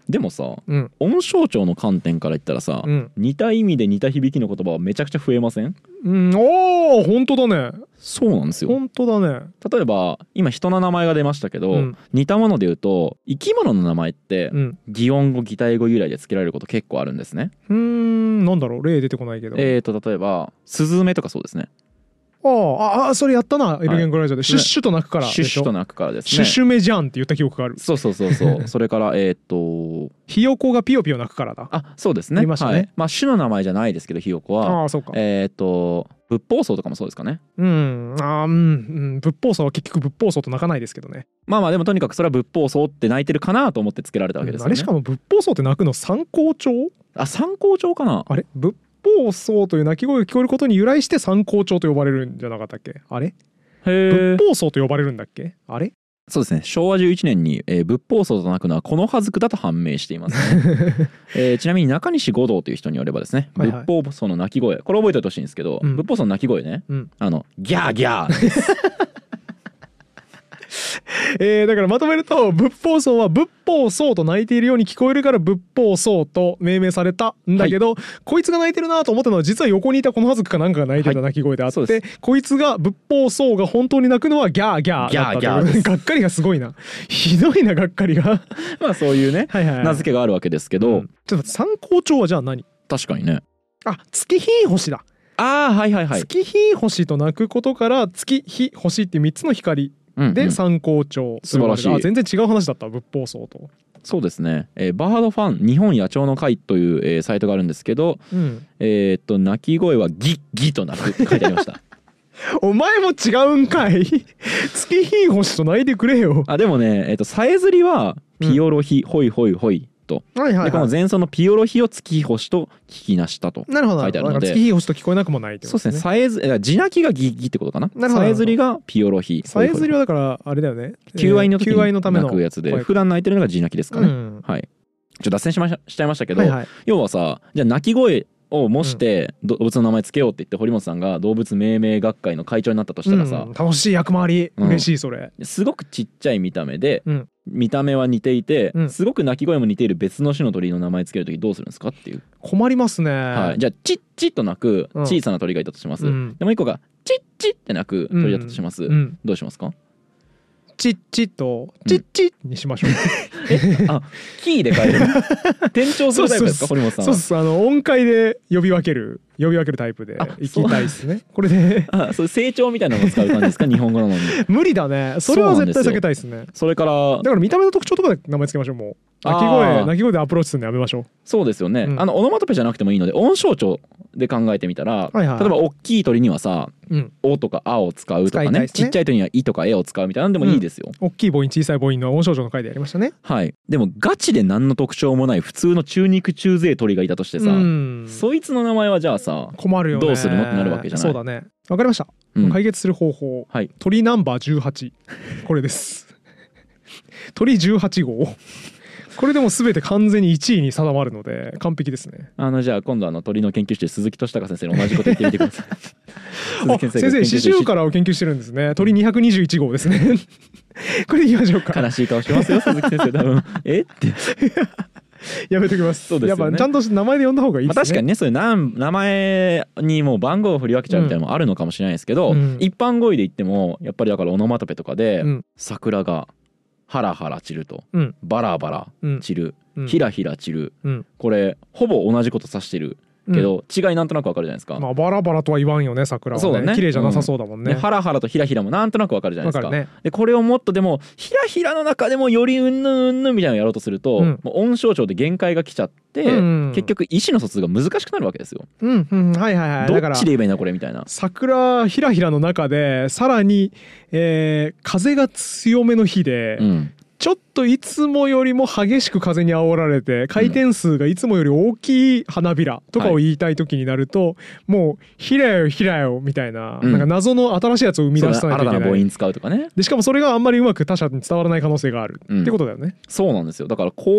でもさ、音象徴の観点から言ったらさ、似た意味で似た響きの言葉はめちゃくちゃ増えません？ おー、本当だね。 そうなんですよ。 本当だね。 例えば今人の名前が出ましたけど、似たもので言うと生き物の名前って、擬音語擬態語由来で付けられること結構あるんですね。 なんだろう、例出てこないけど。 例えばスズメとかそうですね。 それやったな、エルゲングライジャーで、シュッシュと鳴くからでしょ。 シュッシュと鳴くからですね。 シュッシュメジャンって言った記憶がある。 そうそれからひよこがピヨピヨ鳴くからだ。 そうですね。 ありましたね。 まあ種の名前じゃないですけど、ひよこはそうか。 仏法僧とかもそうですかね。 仏法僧は結局仏法僧と鳴かないですけどね。 まあでもとにかくそれは仏法僧って鳴いてるかなと思ってつけられたわけですよね。 あれしかも仏法僧って鳴くの三光鳥？ 三光鳥かな。 あれ仏法僧という鳴き声が聞こえることに由来して三光鳥と呼ばれるんじゃなかったっけ？あれ？仏法僧と呼ばれるんだっけ？あれ？ そうですね。昭和11年に、仏法僧と鳴くのはこの葉づくだと判明していますね。ちなみに中西五道という人によればですね、仏法僧の鳴き声、これ覚えておいてほしいんですけど、仏法僧の鳴き声ね、ギャーギャーですだからまとめると、仏法僧は仏法僧と鳴いているように聞こえるから仏法僧と命名されたんだけど、こいつが鳴いてるなと思ったのは実は横にいたこのはずくかなんかが鳴いてた鳴き声であって、こいつが仏法僧が本当に鳴くのはギャーギャーだったという。がっかりがすごいな。ひどいな、がっかりが。 まあそういうね、名付けがあるわけですけど、 ちょっと三光鳥はじゃあ何？確かにね。 月日星だ。月日星と鳴くことから月日星って3つの光で三光鳥。 素晴らしい。 全然違う話だった、仏法僧と。 そうですね。バードファン日本野鳥の会という、サイトがあるんですけど、鳴き声はギッギと鳴くって書いてありました。 お前も違うんかい。月日星と鳴いてくれよ。 でもね、さえずりはピヨロヒ、ホイホイホイと、でこの前奏のピヨロヒを月日星と聞きなしたと書いてあるので、 月日星と聞こえなくもないってことですね。 そうですね。地鳴きがギッギってことかな。さえずりがピヨロヒ。 さえずりはだからあれだよね。 求愛の時にのための鳴くやつで、普段鳴いてるのが地鳴きですかね。はい。脱線しちゃいましたけど、要はさ、じゃあ鳴き声を模して動物の名前つけようって言って堀本さんが動物命名学会の会長になったとしたらさ、 楽しい役回り、嬉しい。それすごくちっちゃい見た目で、見た目は似ていて、すごく鳴き声も似ている別の種の鳥の名前つけるときどうするんですかっていう。 困りますね。 じゃあチッチッと鳴く小さな鳥がいたとします。でも一個がチッチッって鳴く鳥だったとします。どうしますか？ チッチッとチッチッにしましょう。 キーで変える。転調するタイプですか、堀本さんは？ そう、音階で呼び分けるタイプでいきたいですね。これでそう成長みたいなのを使う感じですか？日本語なのに。 無理だね。それは絶対避けたいですね。 それからだから見た目の特徴とかで名前つけましょう。もう鳴き声でアプローチするのやめましょう。 そうですよね。オノマトペじゃなくてもいいので音象徴で考えてみたら、例えば大きい鳥にはさ「お」とか「あ」を使うとかね、ちっちゃい鳥には「い」とか「え」を使うみたいなんでもいいですよ。 大きい母音小さい母音の音象徴の回でやりましたね。 でもガチで何の特徴もない普通の中肉中背鳥がいたとしてさ、そいつの名前はじゃあさ困るよね。 どうするのってなるわけじゃない。 そうだね。わかりました。解決する方法、鳥ナンバー18これです。鳥18号。これでも全て完全に1位に定まるので完璧ですね。 じゃあ今度鳥の研究室で鈴木俊孝先生に同じこと言ってみてください。 先生シジュウカラを研究してるんですね。鳥221号ですね。これでいきましょうか。 悲しい顔してますよ鈴木先生多分。ってやめときます。やっぱちゃんと名前で呼んだ方がいいですね。 確かにね、そういう名前にもう番号を振り分けちゃうみたいなのもあるのかもしれないですけど、一般語彙で言ってもやっぱりだからオノマトペとかで、桜がハラハラ散ると、バラバラ散る、ヒラヒラ散る、これほぼ同じこと指してるけど、違いなんとなくわかるじゃないですか。 バラバラとは言わんよね、桜はね。綺麗じゃなさそうだもんね。 ハラハラとヒラヒラもなんとなくわかるじゃないですか。でこれをもっとでもヒラヒラの中でもよりうんぬんうんぬんみたいなのをやろうとすると、もう音象徴で限界が来ちゃって、結局意思の疎通が難しくなるわけですよ。どっちで言えばいいなこれみたいな。 桜ヒラヒラの中でさらに、風が強めの日で、ちょっといつもよりも激しく風に煽られて回転数がいつもより大きい花びらとかを言いたい時になると、もうひらよひらよみたいな、なんか謎の新しいやつを生み出さないといけない。 新たな母音使うとかね。 でしかもそれがあんまりうまく他者に伝わらない可能性がある、ってことだよね。 そうなんですよ。だからこういっ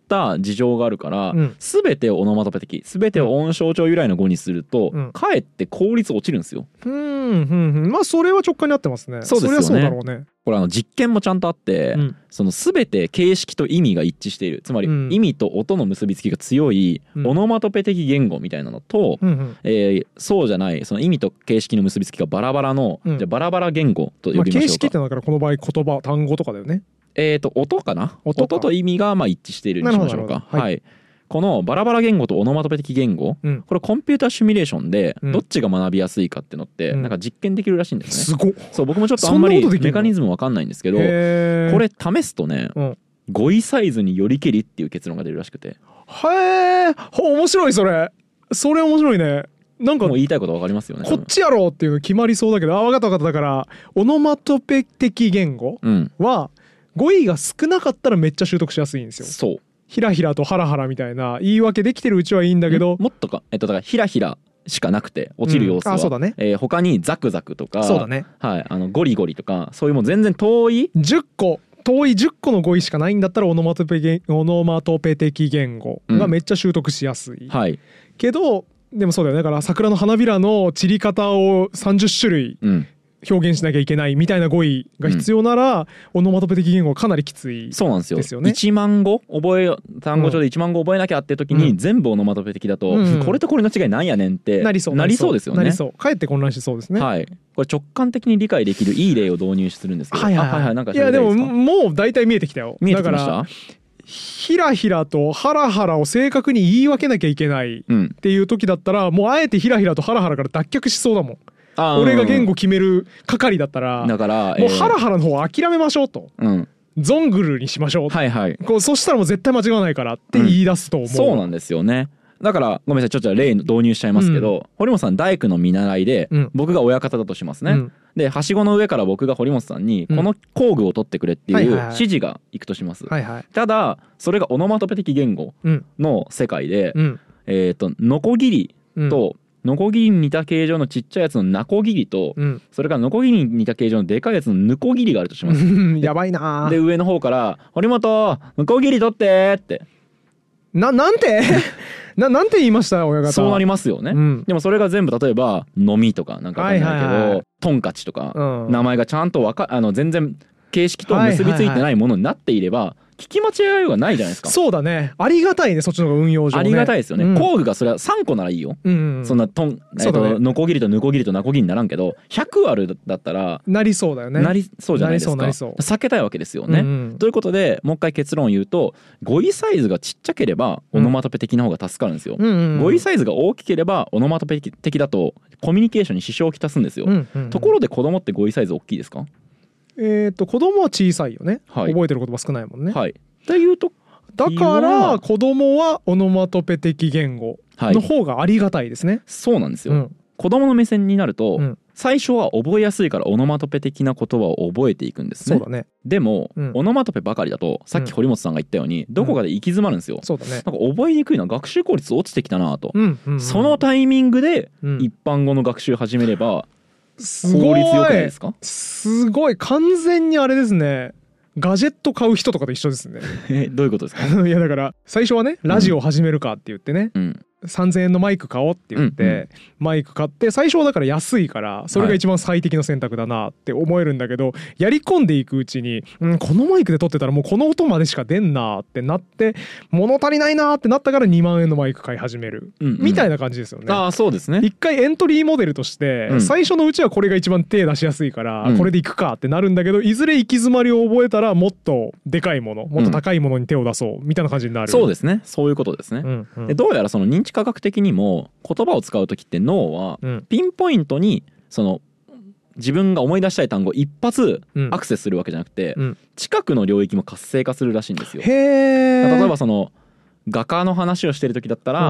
った事情があるから、 うん、 全てをオノマトペ的、全てを音象徴由来の語にすると、うん、かえって効率落ちるんですよ。 まあそれは直感に合ってますね。 そうですよね。 そりゃそうだろうね。 これ実験もちゃんとあって、うん、その全て形式と意味が一致している、つまり意味と音の結びつきが強いオノマトペ的言語みたいなのと、そうじゃないその意味と形式の結びつきがバラバラの、じゃあバラバラ言語と呼びましょうか。 形式ってだからこの場合言葉単語とかだよね。 音かな。音と意味が一致しているにしましょうか。はい、このバラバラ言語とオノマトペ的言語、これコンピューターシミュレーションでどっちが学びやすいかっていうのってなんか実験できるらしいんですね。そう僕もちょっとあんまりメカニズムわかんないんですけど、これ試すとね、語彙サイズによりけりっていう結論が出るらしくて。 へえ、面白い。それ面白いね。なんかもう言いたいことわかりますよね。 こっちやろうっていうの決まりそうだけど、分かった分かった。だからオノマトペ的言語は語彙が少なかったらめっちゃ習得しやすいんですよ。 そうひらひらとハラハラみたいな言い訳できてるうちはいいんだけど、 もっとかだからひらひらしかなくて落ちる要素は、 そうだね、 他にザクザクとか、 そうだね、 はい、ゴリゴリとかそういうもう全然遠い 10個の語彙しかないんだったらオノマトペ的言語がめっちゃ習得しやすい、 はい、 けどでもそうだよね。だから桜の花びらの散り方を30種類表現しなきゃいけないみたいな語彙が必要なら、オノマトペ的言語はかなりきついですよね。 そうなんですよ。1万語単語帳で1万語覚えなきゃって時に全部オノマトペ的だと、これとこれの違いなんやねんってなりそうですよね。 かえって混乱しそうですね。 はい、これ直感的に理解できるいい例を導入するんですけど、なんかいやでももう大体見えてきたよ。 見えてきました。 ひらひらとハラハラを正確に言い分けなきゃいけないっていう時だったら、もうあえてひらひらとハラハラから脱却しそうだもん。俺が言語決める係だったら、もうハラハラの方は諦めましょうと、ゾングルにしましょう、そしたらもう絶対間違わないからって言い出すと思う。 そうなんですよね。だからごめんなさい、ちょっと例導入しちゃいますけど、堀本さん大工の見習いで、僕が親方だとしますね。ではしごの上から僕が堀本さんにこの工具を取ってくれっていう指示がいくとします。ただそれがオノマトペ的言語の世界で、ノコギリとノコギリに似た形状のちっちゃいやつのナコギリと、それからノコギリに似た形状のでかいやつのヌコギリがあるとします。 やばいな。 で上の方から「堀本ノコギリ取って」ってなんてなんて言いました親方。 そうなりますよね、でもそれが全部例えば飲みとかなんかわかんないけど、トンカチとか、名前がちゃんと全然形式と結びついてないものになっていれば、聞き間違いようがないじゃないですか。 そうだね。ありがたいね、そっちの方が運用上ね。 ありがたいですよね。工具がそれは3個ならいいよ。そんなノコギリとヌコギリとナコギリにならんけど、100あるだったらなりそうだよね。 なりそうじゃないですか。避けたいわけですよね。ということでもう一回結論を言うと、語彙サイズがちっちゃければオノマトペ的な方が助かるんですよ。語彙サイズが大きければオノマトペ的だとコミュニケーションに支障をきたすんですよ。ところで子供って語彙サイズ大きいですか？ 子供は小さいよね。覚えてる言葉少ないもんね。 っていうとだから子供はオノマトペ的言語の方がありがたいですね。 そうなんですよ。子供の目線になると、最初は覚えやすいからオノマトペ的な言葉を覚えていくんですね。 そうだね。 でも、オノマトペばかりだとさっき堀本さんが言ったように、どこかで行き詰まるんですよ。 そうだね。 なんか覚えにくいな、学習効率落ちてきたなと、そのタイミングで一般語の学習始めれば効率よくないですか？ すごい完全にあれですね。ガジェット買う人とかと一緒ですね。 どういうことですか？ いやだから最初はね、ラジオ始めるかって言ってね、3000円のマイク買おうって言って、マイク買って最初はだから安いからそれが一番最適の選択だなって思えるんだけど、やり込んでいくうちに、このマイクで撮ってたらもうこの音までしか出んなってなって、物足りないなってなったから2万円のマイク買い始める、みたいな感じですよね。 ああそうですね。 一回エントリーモデルとして、最初のうちはこれが一番手出しやすいから、これでいくかってなるんだけど、いずれ行き詰まりを覚えたらもっとでかいもの、もっと高いものに手を出そうみたいな感じになる。 そうですね。そういうことですね。でどうやらその認知科学的にも言葉を使う時って脳はピンポイントにその自分が思い出したい単語一発アクセスするわけじゃなくて、近くの領域も活性化するらしいんですよ。例えばその画家の話をしてる時だったら、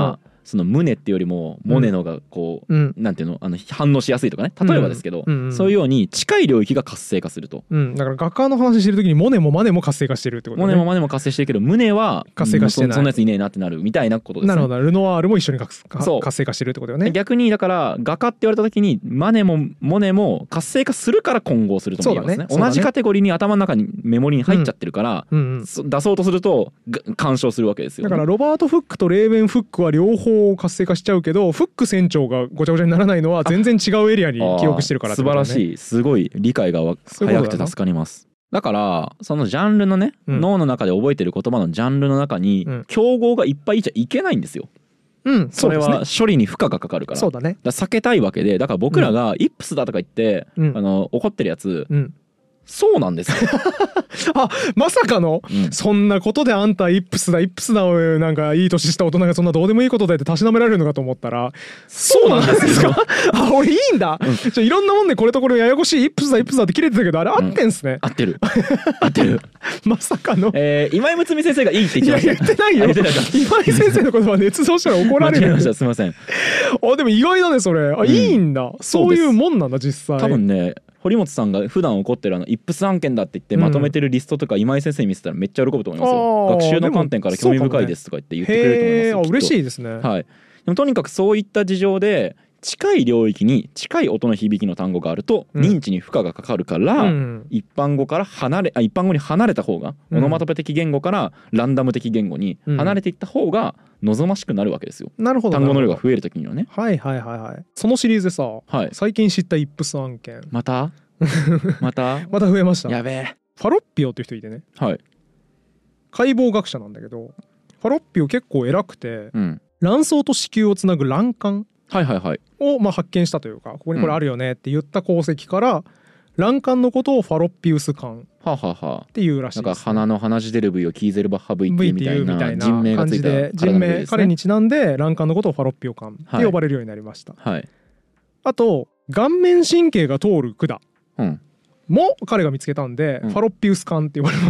その胸っていうよりもモネのがこう、なんていうの反応しやすいとかね、例えばですけど、そういうように近い領域が活性化すると、 だから画家の話してる時にモネもマネも活性化してるってことね。 モネもマネも活性してるけど胸は活性化してない、 そんなやついねえなってなるみたいなことですね。 なるほど、ルノワールも一緒に活性化してるってことよね。 逆にだから画家って言われた時にマネもモネも活性化するから混合するとも言えますね。同じカテゴリーに頭の中にメモリに入っちゃってるから、出そうとすると干渉するわけですよ、ね。 だからロバート・フックとレーベン・フックは両方活性化しちゃうけど、フック船長がごちゃごちゃにならないのは全然違うエリアに記憶してるからってことね。 素晴らしい、すごい理解が早くて助かります。だからそのジャンルのね、脳の中で覚えてる言葉のジャンルの中に競合がいっぱいいちゃいけないんですよ。それは処理に負荷がかかるから。 そうだね。 避けたいわけで、だから僕らがイップスだとか言って、怒ってるやつ、そうなんですよ。 あ、まさかの、そんなことであんたイップスだなんかいい年した大人がそんなどうでもいいことでってたしなめられるのかと思ったら、そうなんですか。あ、俺いいんだ。いろんなもんでこれとこれややこしいイップスだって切れてたけど、あれ合ってんすね。 合ってる合ってる。 まさかの今井睦美先生がいいって言ってました。 いや言ってないよ。今井先生の言葉捏造したら怒られる。 すみません。 あ、でも意外だねそれ。あ、いいんだ。そういうもんなんだ実際。 多分ね、堀本さんが普段起こってるイップス案件だって言ってまとめてるリストとか今井先生に見せたらめっちゃ喜ぶと思いますよ。学習の観点から興味深いですとか言ってくれると思います。 嬉しいですね。 はい。でもとにかくそういった事情で近い領域に近い音の響きの単語があると認知に負荷がかかるから、一般語に離れた方が、オノマトペ的言語からランダム的言語に離れていった方が望ましくなるわけですよ。 なるほど。 単語の量が増える時にはね。 はいはいはいはい。そのシリーズでさ、最近知ったイップス案件また増えました。 やべえ。 ファロッピオっていう人いてね、解剖学者なんだけど、ファロッピオ結構偉くて、卵巣と子宮をつなぐ卵管を発見したというか、ここにこれあるよねって言った功績から、卵管のことをファロッピウス管っていうらしいです、ね。 なんか鼻の鼻血出る部位をキーゼルバッハ VT みたいな人名がついた人名、彼にちなんで卵管のことをファロッピオ管って呼ばれるようになりました。あと顔面神経が通る管も彼が見つけたんで、ファロッピウス管って呼ばれます。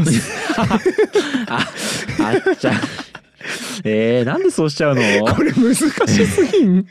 あっちゃなんでそうしちゃうの？ これ難しすぎん。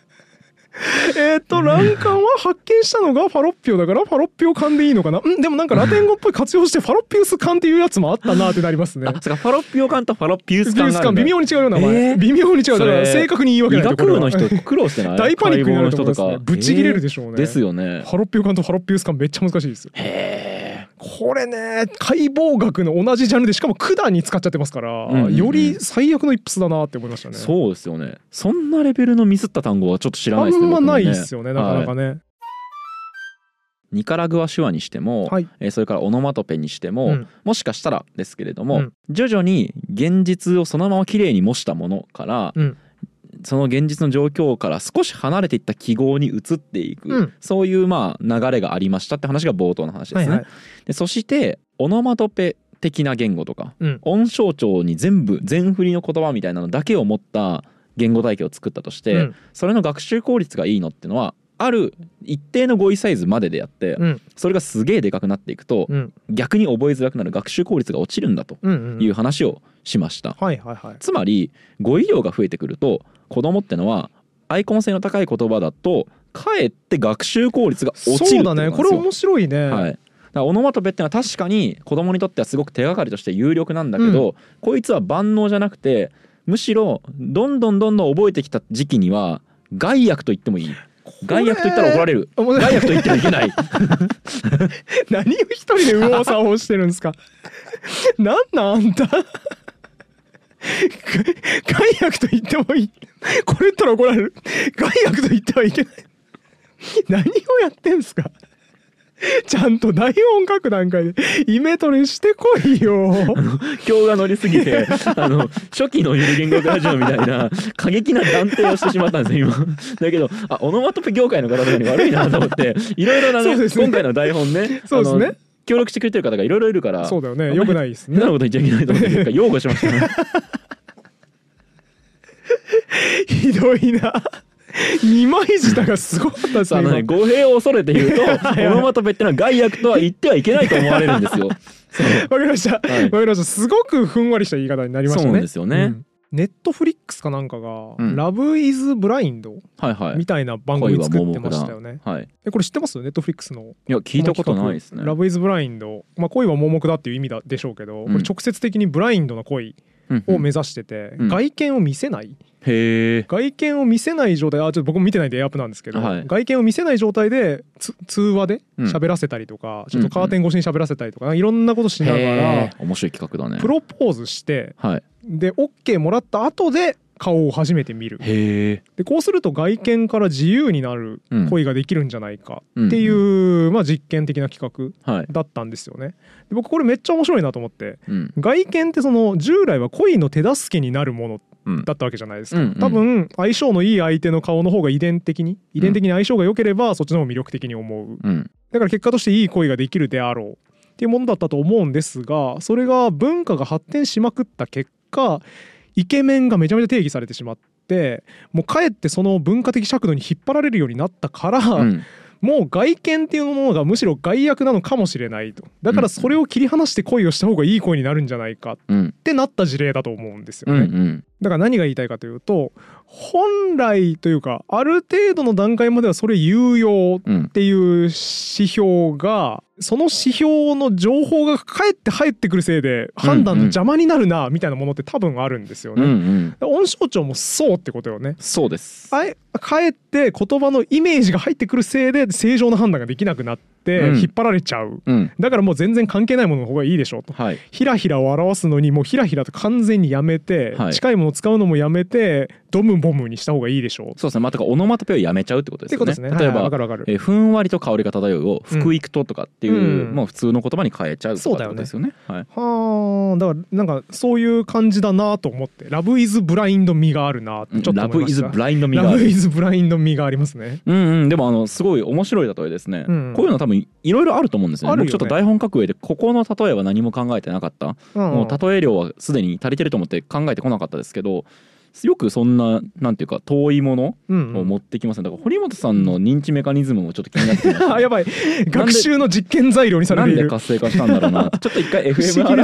卵管は発見したのがファロッピオだからファロッピオ管でいいのかな。でもなんかラテン語っぽい活用してファロッピウス管っていうやつもあったなってなりますね。 ファロッピオ管とファロッピウス管微妙に違うような名前、微妙に違う。だから正確に言い訳ないと。 医学部の人苦労してない？ 大パニックになると思いますね。ぶち切れるでしょうね。 ですよね。 ファロッピオ管とファロッピウス管めっちゃ難しいですよ。これね、解剖学の同じジャンルでしかも管に使っちゃってますから、より最悪のイップスだなって思いましたね。 そうですよね。そんなレベルのミスった単語はちょっと知らないですね。 あんまないですよね、なかなかね。 ニカラグア手話にしても、それからオノマトペにしても、もしかしたらですけれども、徐々に現実をそのままきれいに模したものから、その現実の状況から少し離れていった記号に移っていく、そういう流れがありましたって話が冒頭の話ですね。でそしてオノマトペ的な言語とか、音象徴に全振りの言葉みたいなのだけを持った言語体系を作ったとして、それの学習効率がいいのってのはある一定の語彙サイズまでであって、それがすげえでかくなっていくと、逆に覚えづらくなる、学習効率が落ちるんだという話をしました。つまり語彙量が増えてくると子供ってのはアイコン性の高い言葉だとかえって学習効率が落ちるってことなんですよ。 そうだね、これ面白いね。 だからオノマトペってのは確かに子供にとってはすごく手がかりとして有力なんだけど、こいつは万能じゃなくて、むしろどんどん覚えてきた時期には害悪と言ってもいい。害悪と言ったら怒られる。害悪と言ってはいけない。 何を一人で右往左往してるんですか。なんあんた。害悪と言ってもいい。これ言ったら怒られる。害悪と言ってはいけない。何をやってんすか。ちゃんと台本書く段階でイメトレしてこいよ。 今日が乗りすぎて初期のゆる言語学ラジオみたいな過激な断定をしてしまったんですよ今。だけどオノマトペ業界の方とかに悪いなと思っていろいろなね、今回の台本ね、そうですね、協力してくれてる方がいろいろいるから、 そうだよね、よくないですね。 変なこと言っちゃいけないと思って擁護しましたね。 ひどいな。二枚舌がすごかったですね。 語弊を恐れて言うとオノマトペってのは害悪とは言ってはいけないと思われるんですよ。 わかりました、わかりました。すごくふんわりした言い方になりましたね。 そうなんですよね。 ネットフリックスかなんかが、 うんラブイズブラインドはいはい。 みたいな番組作ってましたよね。 はい。 これ知ってます？ネットフリックスのいや聞いたことないですね。 ラブイズブラインド、まあ、恋は盲目だっていう意味だでしょうけど、これ直接的にブラインドな恋を目指してて、 うん外見を見せない、 へえ。 外見を見せない状態、ちょっと僕も見てないんでエアップなんですけど、 はい、 外見を見せない状態で通話で喋らせたりとか、ちょっとカーテン越しに喋らせたりとか、いろんなことしながら面白い企画だね。 プロポーズして、 はい、 で OK もらった後で顔を初めて見る。 へでこうすると外見から自由になる恋ができるんじゃないかっていう、まあ、実験的な企画だったんですよね。で僕これめっちゃ面白いなと思って、外見ってその従来は恋の手助けになるものだったわけじゃないですか。多分相性のいい相手の顔の方が遺伝的に相性が良ければそっちの方が魅力的に思う、だから結果としていい恋ができるであろうっていうものだったと思うんですが、それが文化が発展しまくった結果イケメンがめちゃめちゃ定義されてしまって、もうかえってその文化的尺度に引っ張られるようになったから、もう外見っていうものがむしろ害悪なのかもしれないと。だからそれを切り離して恋をした方がいい恋になるんじゃないかってなった事例だと思うんですよね。だから何が言いたいかというと、本来というかある程度の段階まではそれ有用っていう指標が、その指標の情報がかえって入ってくるせいで判断の邪魔になるなみたいなものって多分あるんですよね。音象徴もそうってことよね。 そうです。 かえって言葉のイメージが入ってくるせいで正常な判断ができなくなって引っ張られちゃう、だからもう全然関係ないものの方がいいでしょうと、ひらひらを表すのにもうひらひらと完全にやめて、近いものを使うのもやめてドムボムにした方がいいでしょう。 そうですね。まあ、とかオノマトペをやめちゃうってことですよね。例えば、ふんわりと香りが漂うを福育ととかっていう、もう普通の言葉に変えちゃうってことですよね。だからなんかそういう感じだなと思って、ラブイズブラインド味があるなってちょっと思いました。 ラブイズブラインド味がある。 ラブイズブラインド味がありますね。 でもすごい面白い例えですね。こういうの多分いろいろあると思うんですよね。僕ちょっと台本書く上でここの例えは何も考えてなかった。もう例え量はすでに足りてると思って考えてこなかったですけど、よくそんななんていうか遠いものを持ってきますね。だから堀本さんの認知メカニズムもちょっと気になってきました、ね。 やばい、学習の実験材料にされている。 なんで活性化したんだろうな。ちょっと一回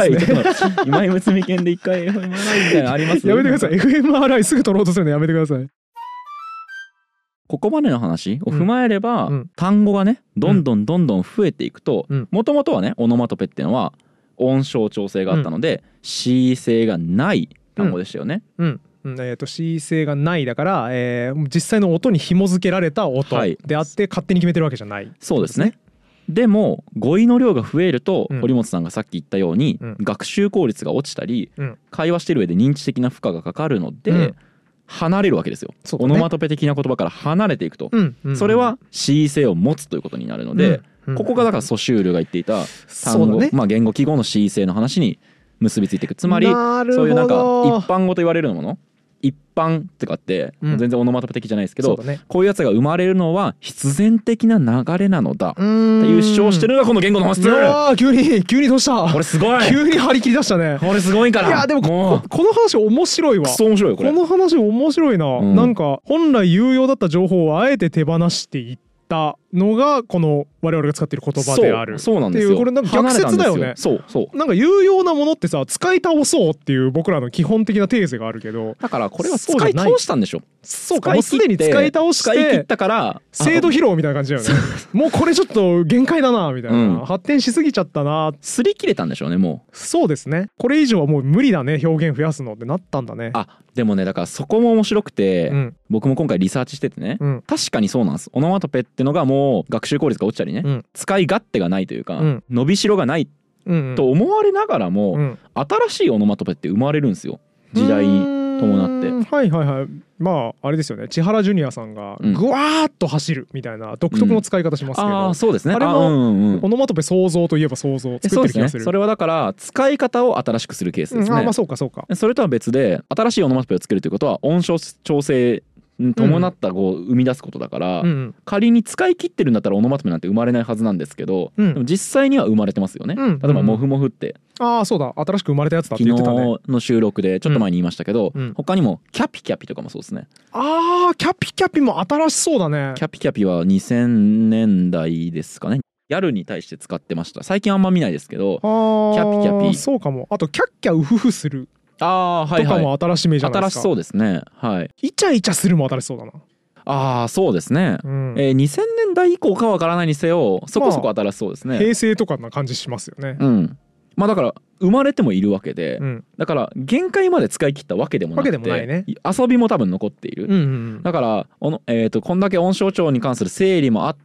FMRI、今井睦美犬で一回 FMRI みたいなのあります？ やめてください。FMRI すぐ取ろうとするのやめてください。 ここまでの話を踏まえれば、単語がねどんどん増えていくと、もともとはねオノマトペっていうのは音象徴性があったので、恣意性がない単語でしたよね。 恣意性がないだから、実際の音に紐付けられた音であって、勝手に決めてるわけじゃない。 そうですね。でも語彙の量が増えると、堀本さんがさっき言ったように、学習効率が落ちたり、会話してる上で認知的な負荷がかかるので、離れるわけですよ。オノマトペ的な言葉から離れていくと、それは恣意性を持つということになるので、ここがだからソシュールが言っていた単語、言語記号の恣意性の話に結びついていく。つまりそういうなんか一般語と言われるもの、一般ってかって全然オノマトペ的じゃないですけど、こういうやつが生まれるのは必然的な流れなのだっていう主張をしてるのがこの言語の本質。 急にどうした？ これすごい。 急に張り切り出したね。 これすごいから。 いやでもこの話面白いわ。 クソ面白いこれ。 この話面白いな。なんか本来有用だった情報をあえて手放していったのがこの我々が使っている言葉である。 そうなんですよ。 これなんか逆説だよね。 そうなんか有用なものってさ、使い倒そうっていう僕らの基本的なテーゼがあるけど、 だからこれは使い倒したんでしょ。 そうか、もうすでに使い倒して使い切ったから制度疲労みたいな感じだよね。もうこれちょっと限界だなみたいな、発展しすぎちゃったな、 擦り切れたんでしょうね。もうそうですね。これ以上はもう無理だね、表現増やすのってなったんだね。 でもね、だからそこも面白くて、僕も今回リサーチしててね、確かにそうなんです。オノマトペってのがもう学習効率が落ちたりね、使い勝手がないというか、伸びしろがないと思われながらも、新しいオノマトペって生まれるんですよ、時代に伴って。まああれですよね、千原ジュニアさんがグワーッと走るみたいな独特の使い方しますけど、 そうですね。 あれもオノマトペ創造といえば創造作ってる気がする。 それはだから使い方を新しくするケースですね。 そうか。 それとは別で新しいオノマトペをつけるということは音象調整伴った語を生み出すことだから、仮に使い切ってるんだったらオノマトペなんて生まれないはずなんですけど、でも実際には生まれてますよね。例えばモフモフって、 そうだ、新しく生まれたやつだって言ってたね。 昨日の収録でちょっと前に言いましたけど、他にもキャピキャピとかもそうですね。 キャピキャピも新しそうだね。 キャピキャピは2000年代ですかね。ギャルに対して使ってました。最近あんま見ないですけど、キャピキャピ。 そうかも。あとキャッキャウフフする。 あ、はいはい、 とかも新しめじゃないですか。 新しそうですね。はい。 イチャイチャするも新しそうだな。 ああ、そうですね。2000年代以降かわからないにせよそこそこ新しそうですね。 平成とかな感じしますよね。 まあだから生まれてもいるわけで、だから限界まで使い切ったわけでもなくて、遊びも多分残っている。だからこんだけ音象徴に関する整理もあって、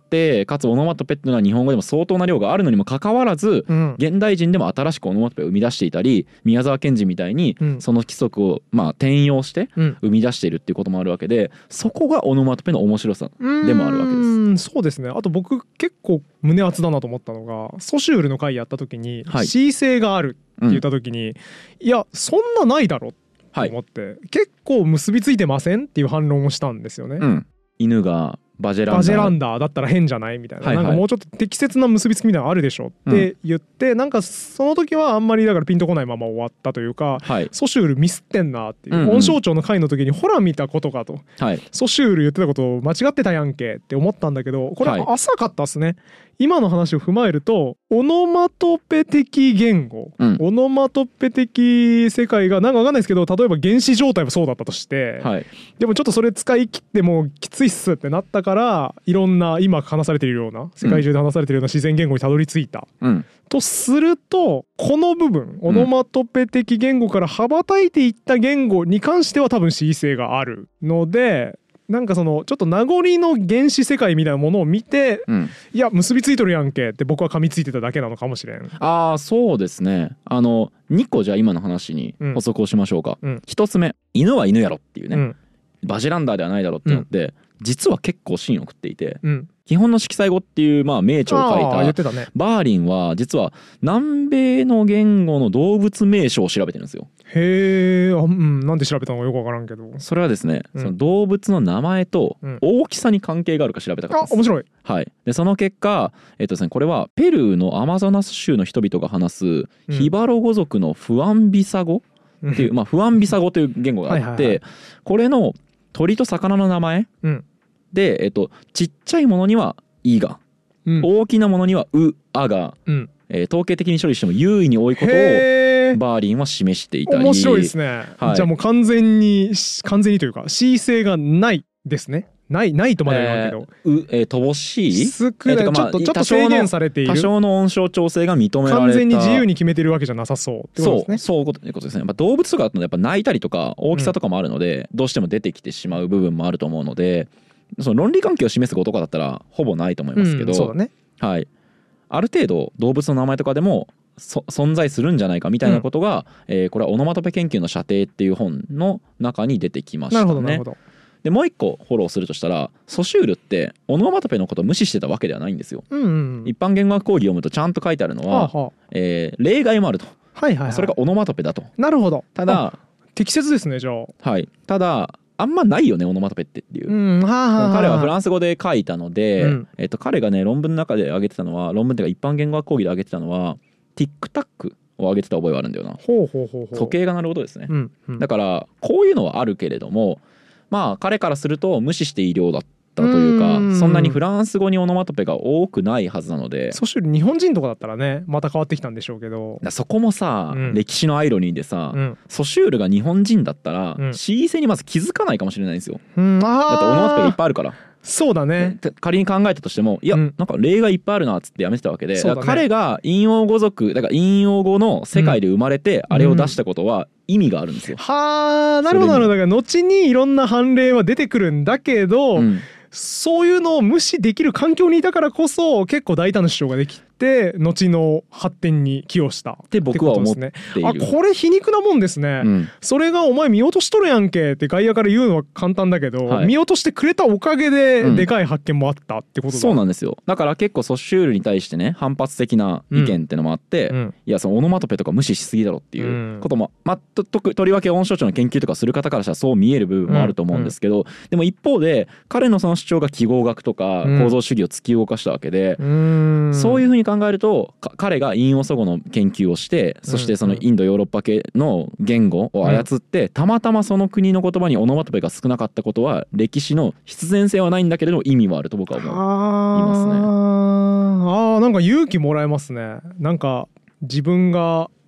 かつオノマトペっていうのは日本語でも相当な量があるのにもかかわらず、現代人でも新しくオノマトペを生み出していたり、宮沢賢治みたいにその規則をまあ転用して生み出しているっていうこともあるわけで、そこがオノマトペの面白さでもあるわけです。 そうですね。あと僕結構胸熱だなと思ったのが、ソシュールの回やった時に恣意性があるって言った時に、いやそんなないだろと思って、結構結びついてませんっていう反論をしたんですよね。 犬がバジェランダーだったら変じゃないみたいな、なんかもうちょっと適切な結びつきみたいなのあるでしょって言って、なんかその時はあんまりだからピンとこないまま終わったというか、ソシュールミスってんなっていう、音象徴の回の時にほら見たことかと、ソシュール言ってたことを間違ってたやんけって思ったんだけど、これ浅かったっすね。今の話を踏まえるとオノマトペ的言語、オノマトペ的世界がなんか分かんないですけど、例えば原子状態もそうだったとして、でもちょっとそれ使い切ってもうきついっすってなったから、いろんな今話されているような世界中で話されているような自然言語にたどり着いた、とすると、この部分オノマトペ的言語から羽ばたいていった言語に関しては多分恣意性があるので、なんかそのちょっと名残の原始世界みたいなものを見て、いや結びついとるやんけって僕は噛みついてただけなのかもしれん。 そうですね。2個じゃあ今の話に補足をしましょうか。1つ目、犬は犬やろっていうね、バジェランダーではないだろっていうのって、実は結構芯を食っていて、基本の色彩語っていうまあ名著を書いたバーリンは実は南米の言語の動物名称を調べてるんですよ。 へえ、なんで調べたのかよく分からんけど、 それはですね、その動物の名前と大きさに関係があるか調べたかったです。 面白い。 はい。でその結果、ですね、これはペルーのアマゾナス州の人々が話すヒバロ語族のフアンビサ語っていう、フアンビサ語という言語があって、これの鳥と魚の名前、で、ちっちゃいものには「い」が、大きなものには「う」「あ」が、統計的に処理しても優位に多いことをバーリンは示していたり。 面白いですね。じゃあもう完全にというか恣意性がないですね。ないとまでは言わんけど、 乏しい、 少ない、ちょっと制限されている、 多少の音象調整が認められた、 完全に自由に決めてるわけじゃなさそうってことですね。 そういうことですね。やっぱ動物とかだとやっぱ鳴いたりとか大きさとかもあるので、どうしても出てきてしまう部分もあると思うので、その論理関係を示す語とかだったらほぼないと思いますけど、 そうだね。 はい、ある程度動物の名前とかでも存在するんじゃないかみたいなことが、これはオノマトペ研究の射程っていう本の中に出てきましたね。なるほど。でもう一個フォローするとしたら、ソシュールってオノマトペのことを無視してたわけではないんですよ。一般言語学講義読むとちゃんと書いてあるのは、例外もあると、それがオノマトペだと。 なるほど。 ただ適切ですね、じゃあ。 はい。ただあんまないよねオノマトペっていう、彼はフランス語で書いたので、彼がね論文の中で挙げてたのは、論文っていうか一般言語学講義で挙げてたのはティックタックを挙げてた覚えがあるんだよな。時計が鳴ることですね。だからこういうのはあるけれども、まあ彼からすると無視していい量だったというか、そんなにフランス語にオノマトペが多くないはずなので。 ソシュール日本人とかだったらねまた変わってきたんでしょうけど、 そこもさ、歴史のアイロニーでさ、ソシュールが日本人だったら恣意性にまず気づかないかもしれないんですよ。だってオノマトペがいっぱいあるから。 そうだね。 仮に考えたとしても、いや、なんか例がいっぱいあるなっつってやめてたわけで、だから彼が陰陽語族だから陰陽語の世界で生まれてあれを出したことは意味があるんですよ。 はあ、なるほどなるほど。だから後にいろんな判例は出てくるんだけど、そういうのを無視できる環境にいたからこそ結構大胆な主張ができて後の発展に寄与したって僕は思っている。 これ皮肉なもんですね、それがお前見落としとるやんけって外野から言うのは簡単だけど、見落としてくれたおかげででかい発見もあったってことだ。 そうなんですよ。だから結構ソシュールに対してね反発的な意見ってのもあって、いやそのオノマトペとか無視しすぎだろっていうことも、とりわけ音象徴の研究とかする方からしたらそう見える部分もあると思うんですけど、でも一方で彼のその主張が記号学とか構造主義を突き動かしたわけで、そういうふうに考えると彼が陰陽祖語の研究をして、そしてそのインドヨーロッパ系の言語を操って、たまたまその国の言葉にオノマトペが少なかったことは歴史の必然性はないんだけれど意味はあると僕は思いますね。 なんか勇気もらえますね。なんか自分が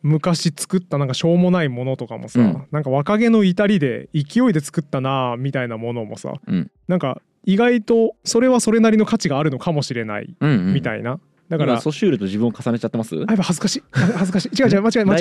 昔作ったなんかしょうもないものとかもさ、なんか若気の至りで勢いで作ったなみたいなものもさ、なんか意外とそれはそれなりの価値があるのかもしれないみたいな。だからソシュールと自分を重ねちゃってます？ やっぱ恥ずかしい違う間違えた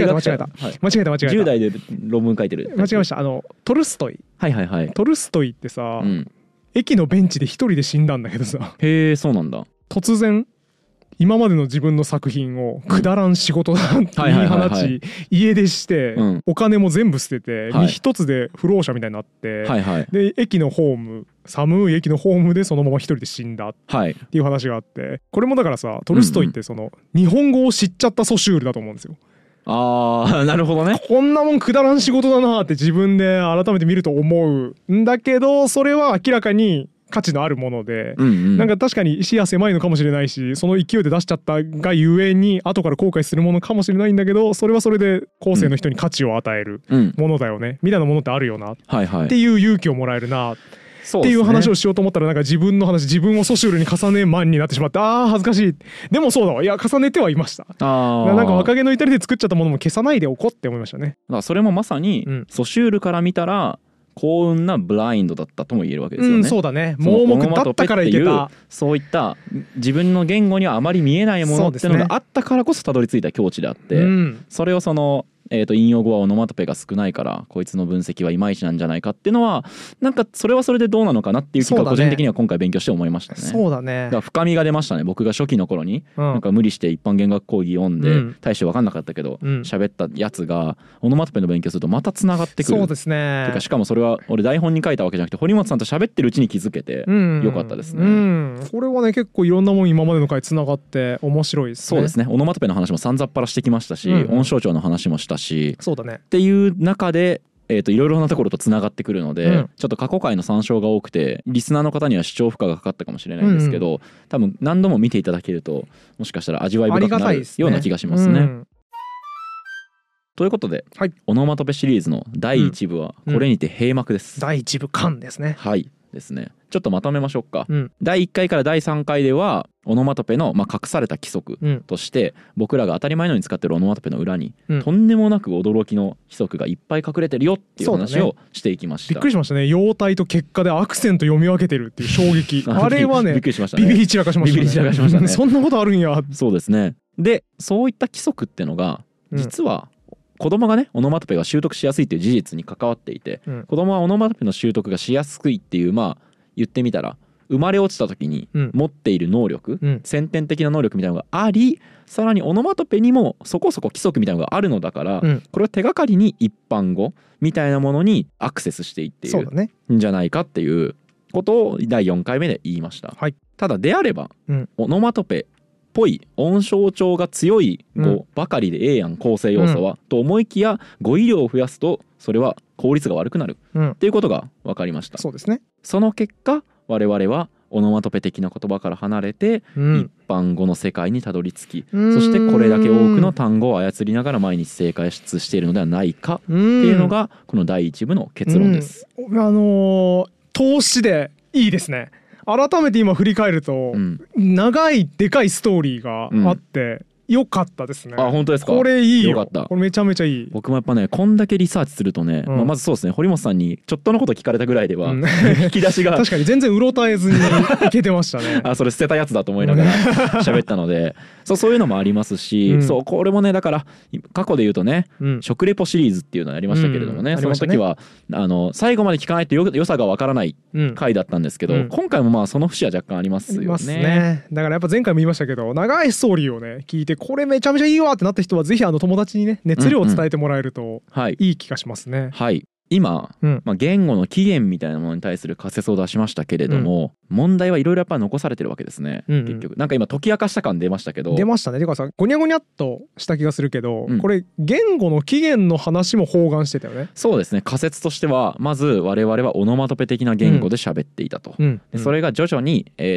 10代で論文書いてる。 間違えました。トルストイってさ、駅のベンチで一人で死んだんだけどさ。 へえ、そうなんだ。 突然今までの自分の作品をくだらん仕事だって言い放ち、家出して、お金も全部捨てて、身一つで不老者みたいになって、で駅のホーム、寒い駅のホームでそのまま一人で死んだっていう話があって、これもだからさ、トルストイってその日本語を知っちゃったソシュールだと思うんですよ。 なるほどね。 こんなもんくだらん仕事だなって自分で改めて見ると思うんだけど、それは明らかに価値のあるもので、なんか確かに視野狭いのかもしれないし、その勢いで出しちゃったがゆえに後から後悔するものかもしれないんだけど、それはそれで後世の人に価値を与えるものだよね、みたいなものってあるよなっていう勇気をもらえるなっていう話をしようと思ったら、なんか自分をソシュールに重ねマンになってしまって、恥ずかしい。でもそうだわ、いや重ねてはいました。なんか若気の至りで作っちゃったものも消さないでおこうって思いましたね。 だからそれもまさに、ソシュールから見たら幸運なブラインドだったとも言えるわけですよね。 そうだね。盲目だったからいけた。 そういった自分の言語にはあまり見えないものっていうのがあったからこそたどり着いた境地であって、それをその引用語はオノマトペが少ないからこいつの分析はいまいちなんじゃないかっていうのは、なんかそれはそれでどうなのかなっていう気が個人的には今回勉強して思いましたね。 そうだね。 だから深みが出ましたね。僕が初期の頃になんか無理して一般言学講義読んで大して分かんなかったけど喋ったやつがオノマトペの勉強するとまたつながってくる。 そうですね。 てかしかもそれは俺台本に書いたわけじゃなくて堀本さんと喋ってるうちに気づけてよかったですね。 これはね結構いろんなもん今までの回つながって面白いですね。 そうですね。オノマトペの話もさんざっぱらしてきましたし、音象徴の話もしたし、 そうだね。 っていう中でいろいろなところとつながってくるので、ちょっと過去回の参照が多くてリスナーの方には視聴負荷がかかったかもしれないんですけど、多分何度も見ていただけるともしかしたら味わい深くなるような気がしますね。ということで、オノマトペシリーズの第1部はこれにて閉幕です。 第1部完ですね。 はいですね。ちょっとまとめましょうか。第1回から第3回ではオノマトペの隠された規則として僕らが当たり前のように使ってるオノマトペの裏にとんでもなく驚きの規則がいっぱい隠れてるよっていう話をしていきました。 びっくりしましたね。様態と結果でアクセント読み分けてるっていう衝撃あれはねびっくりしましたね。 ビビり散らかしましたね。そんなことあるんや。 そうですね。でそういった規則ってのが実は子供がねオノマトペが習得しやすいっていう事実に関わっていて、子供はオノマトペの習得がしやすいっていう言ってみたら生まれ落ちた時に持っている能力、先天的な能力みたいなのがあり、さらにオノマトペにもそこそこ規則みたいなのがあるのだから、これを手がかりに一般語みたいなものにアクセスしていっているんじゃないかっていうことを第4回目で言いました。ただであれば、オノマトペっぽい音象徴が強い語ばかりでええやん構成要素は、と思いきや語彙量を増やすとそれは効率が悪くなるっていうことが分かりました。 そうですね。 その結果我々はオノマトペ的な言葉から離れて一般語の世界にたどり着き、そしてこれだけ多くの単語を操りながら毎日生活しているのではないかっていうのがこの第1部の結論です。 投資でいいですね。改めて今振り返ると、長いでかいストーリーがあって、良かったですね。 本当ですか。 これいいよ。 よかった。 これめちゃめちゃいい。 僕もやっぱねこんだけリサーチするとね、まずそうですね、堀本さんにちょっとのこと聞かれたぐらいでは、引き出しが確かに全然うろたえずにいけてましたね。 それ捨てたやつだと思いながら喋ったのでそういうのもありますし、これもねだから過去で言うとね、食レポシリーズっていうのをやりましたけれどもね、その時は最後まで聞かないと良さがわからない回だったんですけど、今回もその節は若干ありますよね。 だからやっぱ前回も言いましたけど、長いストーリーをね聞いてこれめちゃめちゃいいわってなった人はぜひ友達にね熱量を伝えてもらえるといい気がしますね。 今、言語の起源みたいなものに対する仮説を出しましたけれども、問題はいろいろやっぱ残されてるわけですね。結局なんか今解き明かした感出ましたけど。 出ましたね。てかさゴニャゴニャっとした気がするけど、これ言語の起源の話も包含してたよね。 そうですね。仮説としてはまず我々はオノマトペ的な言語で喋っていたと。でそれが徐々に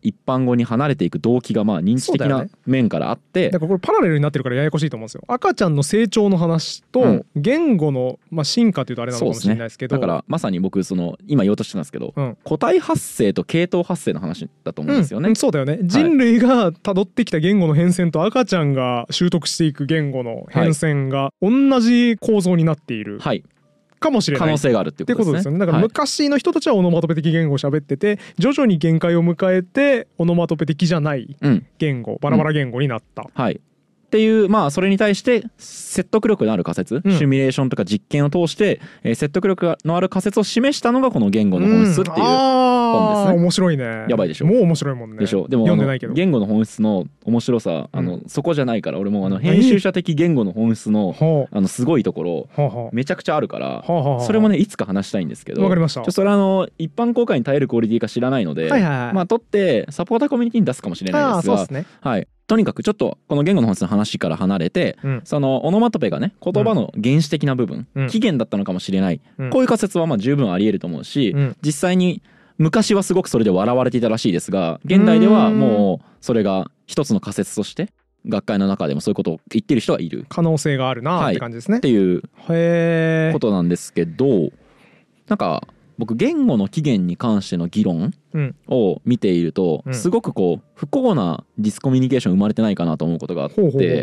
一般語に離れていく動機がまあ認知的な面からあって、 だからこれパラレルになってるからややこしいと思うんですよ。赤ちゃんの成長の話と言語のまあ進化というとあれなのかもしれないですけど、 だからまさに僕その今言おうとしてたんですけど、個体発生と系統発生の話だと思うんですよね。 そうだよね。人類が辿ってきた言語の変遷と赤ちゃんが習得していく言語の変遷が同じ構造になっている。かもしれない可能性があるっていうことですね。 だから昔の人たちはオノマトペ的言語を喋ってて、徐々に限界を迎えてオノマトペ的じゃない言語、バラバラ言語になった。 っていうまあそれに対して説得力のある仮説、シミュレーションとか実験を通して説得力のある仮説を示したのがこの言語の本質っていう本ですね。 面白いね。 やばいでしょ。 もう面白いもんね。 でしょ。でも読んでないけど言語の本質の面白さそこじゃないから、俺も編集者的言語の本質のすごいところめちゃくちゃあるから、それもねいつか話したいんですけど、 わかりました。 それは一般公開に耐えるクオリティか知らないので、まあ取ってサポーターコミュニティに出すかもしれないですが、はい。とにかくちょっとこの言語の本質の話から離れて、そのオノマトペがね言葉の原始的な部分、起源だったのかもしれない、こういう仮説はまあ十分あり得ると思うし、実際に昔はすごくそれで笑われていたらしいですが、現代ではもうそれが一つの仮説として学会の中でもそういうことを言ってる人がいる可能性があるなって感じですね、 っていうことなんですけど、なんか僕言語の起源に関しての議論を見ていると、すごくこう不幸なディスコミュニケーション生まれてないかなと思うことがあって、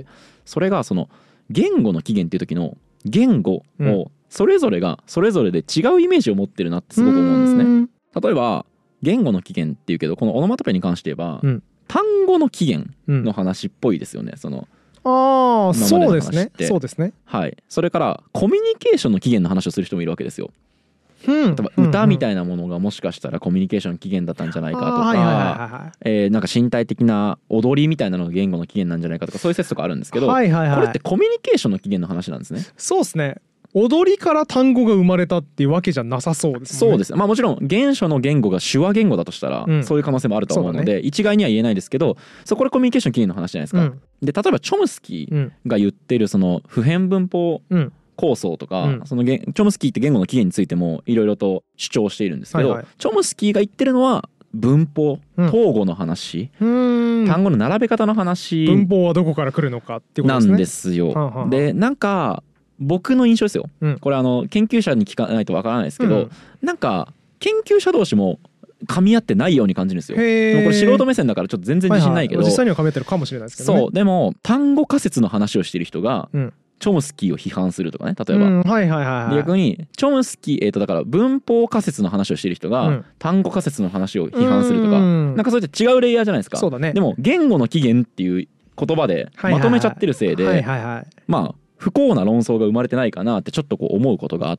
それがその言語の起源っていう時の言語をそれぞれがそれぞれで違うイメージを持ってるなってすごく思うんですね。例えば言語の起源っていうけど、このオノマトペに関して言えば、単語の起源の話っぽいですよね。そのそうですね。そうですね。 はい。それからコミュニケーションの起源の話をする人もいるわけですよ。例えば歌みたいなものがもしかしたらコミュニケーションの起源だったんじゃないかとか、なんか身体的な踊りみたいなのが言語の起源なんじゃないかとか、そういう説とかあるんですけど、これってコミュニケーションの起源の話なんですね。 そうですね。踊りから単語が生まれたっていうわけじゃなさそうですね。 そうです。まあもちろん原初の言語が手話言語だとしたら、そういう可能性もあると思うので、一概には言えないですけど、これコミュニケーション起源の話じゃないですか。で例えばチョムスキーが言ってるその普遍文法構想とか、そのチョムスキーって言語の起源についてもいろいろと主張しているんですけど、チョムスキーが言ってるのは文法、統合の話、単語の並べ方の話、 文法はどこから来るのかっていうことですね。 なんですよ。でなんか僕の印象ですよ、これ研究者に聞かないとわからないですけど、なんか研究者同士も噛み合ってないように感じるんですよ。でもこれ素人目線だからちょっと全然自信ないけど、 実際には噛み合ってるかもしれないですけどね。 そうでも単語仮説の話をしている人が、チョムスキーを批判するとかね、例えば、逆にチョムスキーだから文法仮説の話をしている人が、単語仮説の話を批判するとか、なんかそういった違うレイヤーじゃないですか。 そうだね。 でも言語の起源っていう言葉でまとめちゃってるせいで、まあ不幸な論争が生まれてないかなってちょっとこう思うことがあって、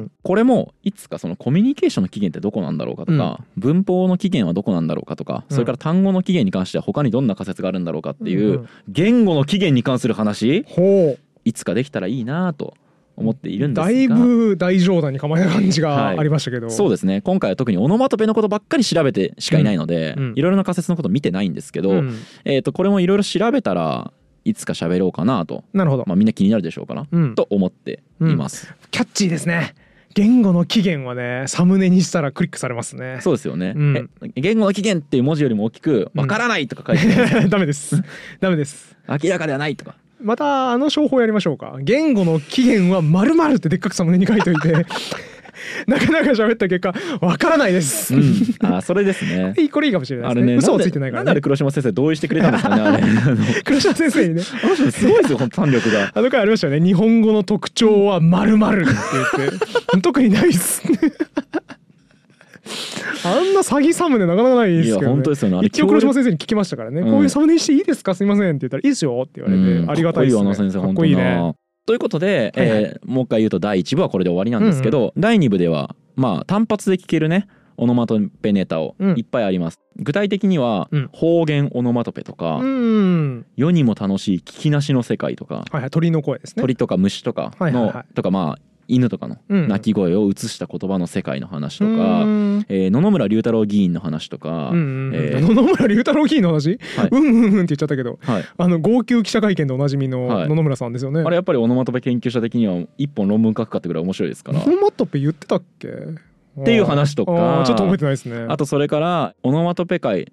これもいつかそのコミュニケーションの起源ってどこなんだろうかとか、文法の起源はどこなんだろうかとか、それから単語の起源に関しては他にどんな仮説があるんだろうかっていう言語の起源に関する話、いつかできたらいいなと思っているんですが、 だいぶ大冗談に構えた感じがありましたけど、 そうですね。今回は特にオノマトペのことばっかり調べてしかいないので、いろいろな仮説のこと見てないんですけど、これもいろいろ調べたらいつか喋ろうかなと。 なるほど。 まあみんな気になるでしょうかな、と思っています。 キャッチーですね。言語の起源はね、サムネにしたらクリックされますね。 そうですよね。言語の起源っていう文字よりも大きくわからないとか書いてます。ダメです。ダメです。 明らかではないとか。 また商法やりましょうか。言語の起源は〇〇ってでっかくサムネに書いといてなかなか喋った結果わからないです。 それですね。 これいいかもしれないですね。嘘はついてないからね。 なんで黒島先生同意してくれたんですかね、あれ。 黒島先生にね。 すごいですよ、この胆力が。 回ありましたよね。日本語の特徴は〇〇って言って特にないっす。あんな詐欺サムネなかなかないですけどね。いや本当ですよね。一応黒島先生に聞きましたからね。こういうサムネにしていいですか、すいませんって言ったらいいですよって言われて、ありがたいですね。 かっこいい先生、本当にね。ということで、もう一回言うと第1部はこれで終わりなんですけど、第2部ではまあ単発で聞けるねオノマトペネタをいっぱいあります。具体的には方言オノマトペとか、世にも楽しい聞きなしの世界とか、 鳥の声ですね。 鳥とか虫とかのとか、まあ犬とかの鳴き声を映した言葉の世界の話とか、野々村龍太郎議員の話とか、 野々村龍太郎議員の話、って言っちゃったけど、号泣記者会見でおなじみの野々村さんですよね。 あれやっぱりオノマトペ研究者的には一本論文書くかってぐらい面白いですから。 オノマトペ言ってたっけっていう話とか、 ちょっと覚えてないですね。 あとそれからオノマトペ界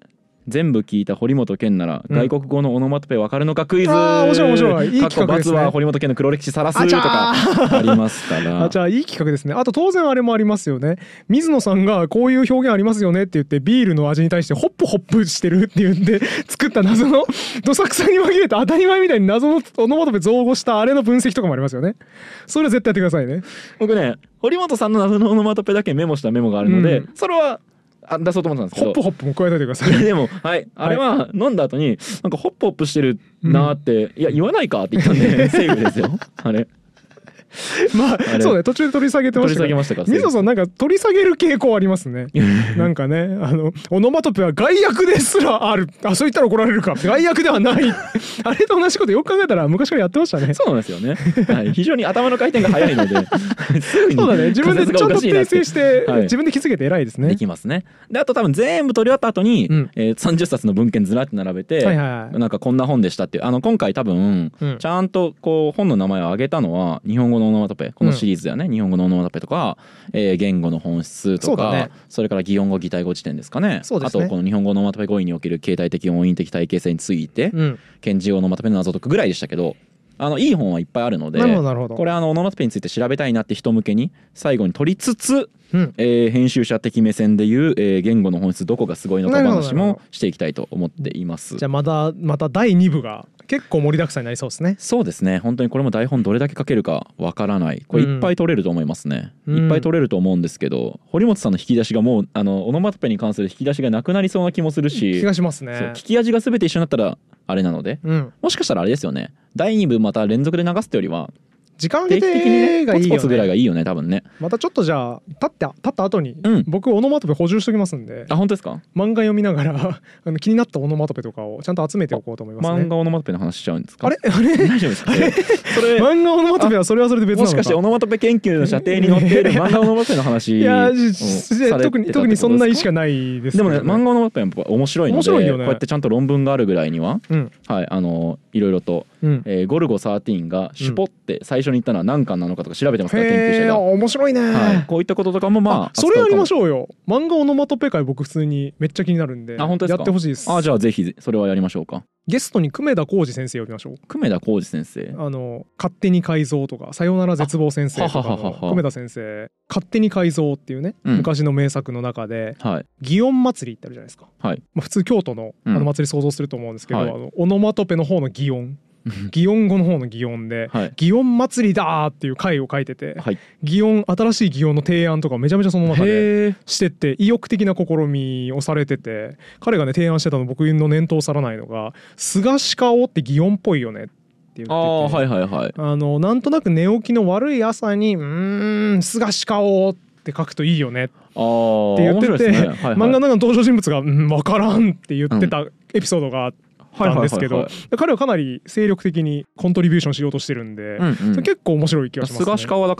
全部聞いた堀本健なら外国語のオノマトペわかるのかクイズ、 面白い面白い、いい企画ですね。 ×は堀本健の黒歴史さらすとかありますからじゃあいい企画ですね。あと当然あれもありますよね。水野さんがこういう表現ありますよねって言ってビールの味に対してホップホップしてるって言って作った謎のどさくさに紛れた当たり前みたいに謎のオノマトペ造語したあれの分析とかもありますよね。それは絶対やってくださいね。 僕ね堀本さんの謎のオノマトペだけメモしたメモがあるので、それは出そうと思ったんですけど、 ホップホップも加えといてください。 でもはいあれは飲んだ後になんかホップホップしてるなーって、いや言わないかって言ったんでセーフですよあれ。 まあそうね、途中で取り下げてましたけど、水野さんなんか取り下げる傾向ありますね。なんかねオノマトペは害悪ですらある、そう言ったら怒られるか、害悪ではないあれと同じことよく考えたら昔からやってましたね。 そうなんですよね、はい、非常に頭の回転が早いのですぐにそうだね、自分でちゃんと訂正して、自分で気づけて偉いですね。 できますね。であと多分全部取り終わった後に、30冊の文献ずらって並べて、なんかこんな本でしたっていう今回多分、ちゃんとこう本の名前を挙げたのは日本語のオノマトペ、このシリーズだよね、日本語のオノマトペとか、言語の本質とか それから擬音語擬態語辞典ですかね。あとこの日本語オノマトペ語彙における形態的音韻的体系性について、顕示オノマトペの謎解くぐらいでしたけど、いい本はいっぱいあるので、これオノマトペについて調べたいなって人向けに最後に取りつつ、編集者的目線でいう、言語の本質どこがすごいのか話もしていきたいと思っています。 じゃあまた第2部が結構盛りだくさんになりそうですね。 そうですね、本当にこれも台本どれだけ書けるかわからない、これいっぱい取れると思いますね、いっぱい取れると思うんですけど、堀本さんの引き出しがもうオノマトペに関する引き出しがなくなりそうな気もするし、 気がしますね。 聞き味が全て一緒になったらあれなので、もしかしたらあれですよね、第2部また連続で流すってよりは時間上げてがいいよね。 ポツポツぐらいがいいよね多分ね。 またちょっとじゃあ経った後に、僕オノマトペ補充しときますんで。 本当ですか。 漫画読みながら気になったオノマトペとかをちゃんと集めておこうと思いますね。 漫画オノマトペの話しちゃうんですか。 あれ大丈夫ですか。それ漫画オノマトペはそれはそれで別なのか。 もしかしてオノマトペ研究の射程に載っている漫画オノマトペの話。 いや特にそんな意識はないですけど、 でもね漫画オノマトペはやっぱ面白いので、こうやってちゃんと論文があるぐらいには、いろいろとゴルゴ13がシュポって最初に言ったのは何巻なのかとか調べてますから、研究者が。 面白いね、 こういったこととかもそれやりましょうよ。漫画オノマトペ会僕普通にめっちゃ気になるんで、 本当ですか。 やってほしいです。 じゃあぜひそれはやりましょうか。 ゲストに久米田浩二先生呼びましょう。 久米田浩二先生、 勝手に改造とかさよなら絶望先生とかの久米田先生、勝手に改造っていうね、昔の名作の中で祇園祭りってあるじゃないですか。普通京都の祭り想像すると思うんですけど、オノマトペの方の祇園祇園語の方の祇園で、祇園祭りだーっていう回を書いてて、祇園新しい祇園の提案とかめちゃめちゃその中でしてって意欲的な試みをされてて、彼がね提案してたの僕の念頭を去らないのが菅鹿尾って祇園っぽいよねって言ってて、なんとなく寝起きの悪い朝に菅鹿尾って書くといいよねって言ってて、漫画の中の登場人物が分からんって言ってたエピソードがあってなんですけど、彼はかなり精力的にコントリビューションしようとしてるんで、結構面白い気がしますね。 菅鹿はだから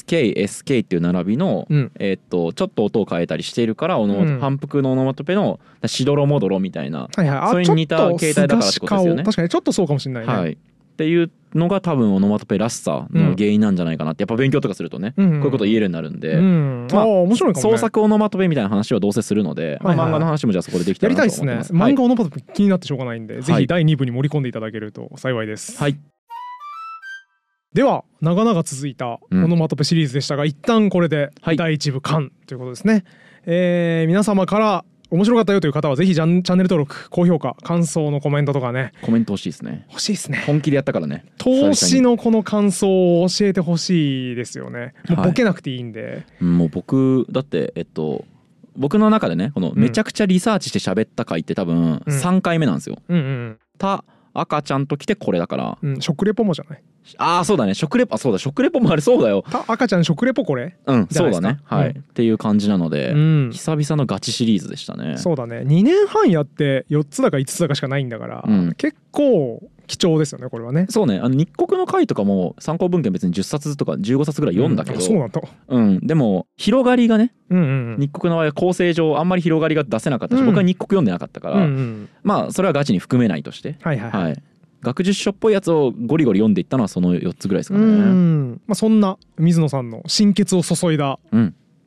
SK っていう並びの、ちょっと音を変えたりしているから、反復のオノマトペのしどろもどろみたいな、それに似た形態だからってことですよね。 確かにちょっとそうかもしれないね。 っていうのが多分オノマトペらしさの原因なんじゃないかなって、やっぱ勉強とかするとね、こういうこと言えるようになるんで、 面白いかもね。 創作オノマトペみたいな話はどうせするので、漫画の話もじゃあそこでできたらなと思ってます。 やりたいですね。漫画オノマトペ気になってしょうがないんで、ぜひ第2部に盛り込んでいただけると幸いです。では長々続いたオノマトペシリーズでしたが、一旦これで第1部完ということですね。皆様から面白かったよという方はぜひチャンネル登録、高評価、感想のコメントとかね。 コメント欲しいですね。 欲しいですね。 本気でやったからね。 投資のこの感想を教えてほしいですよね。もうボケなくていいんで。 もう僕だって僕の中でね、このめちゃくちゃリサーチして喋った回って多分3回目なんですよ。赤ちゃんと来てこれだから、 食レポもじゃない。 そうだね、食レポ、そうだ、食レポもあれ、そうだよ。 赤ちゃん食レポこれ、 そうだね、っていう感じなので、久々のガチシリーズでしたね。 そうだね、2年半やって4つだか5つだかしかないんだから、結構貴重ですよねこれはね。 そうね、日国の回とかも参考文献別に10冊とか15冊ぐらい読んだけど、 そうなんだ。 でも広がりがね、日国の場合は構成上あんまり広がりが出せなかったし、僕は日国読んでなかったから、まあそれはガチに含めないとして、学術書っぽいやつをゴリゴリ読んでいったのはその4つぐらいですかね。 そんな水野さんの心血を注いだ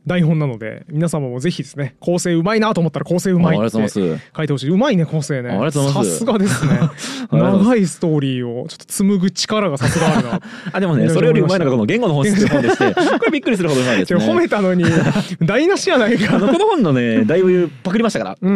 台本なので、皆様もぜひですね、構成うまいなと思ったら構成うまいって書いてほしい。うまいね構成ね。さすがですね。長いストーリーをちょっと紡ぐ力がさすがあるな。 あ、でもね、それよりうまいのがこの言語の本質の方でして、これびっくりするほどうまいですね。 褒めたのに台無しやないか。 この本のね、だいぶパクりましたから。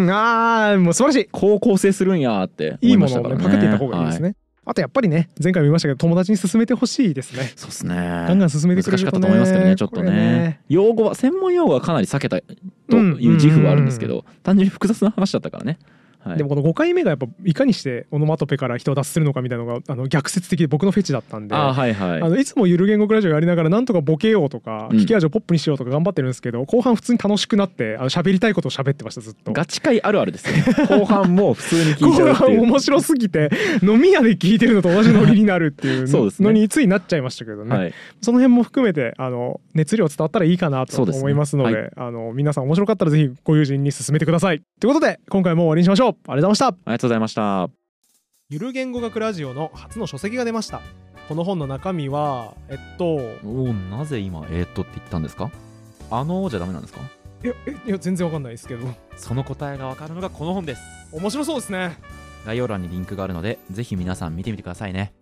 もう素晴らしい。 こう構成するんやっていいものをねパクっていった方がいいですね。あとやっぱりね、前回も言いましたけど、友達に勧めてほしいですね。 そうですね。 ガンガン勧めてくれるとね。難しかったと思いますけどね、ちょっとね。用語は専門用語はかなり避けたという自負はあるんですけど、単純に複雑な話だったからね。 でもこの5回目がやっぱいかにしてオノマトペから人を脱するのかみたいなのが逆説的で僕のフェチだったんで、いつもゆる言語ラジオやりながらなんとかボケようとか聞き味をポップにしようとか頑張ってるんですけど、後半普通に楽しくなって喋りたいことを喋ってました。ずっとガチ会あるあるですよね。後半も普通に聞いちゃうっていう。後半面白すぎて飲み屋で聞いてるのと同じノリになるっていうのについなっちゃいましたけどね。その辺も含めて熱量伝わったらいいかなと思いますので、皆さん面白かったらぜひご友人に勧めてください。ということで今回も終わりにしましょう。ありがとうございました。 ありがとうございました。 ゆる言語学ラジオの初の書籍が出ました。この本の中身はなぜ今って言ったんですか？じゃダメなんですか？ いや全然わかんないですけど、 その答えがわかるのがこの本です。 面白そうですね。 概要欄にリンクがあるのでぜひ皆さん見てみてくださいね。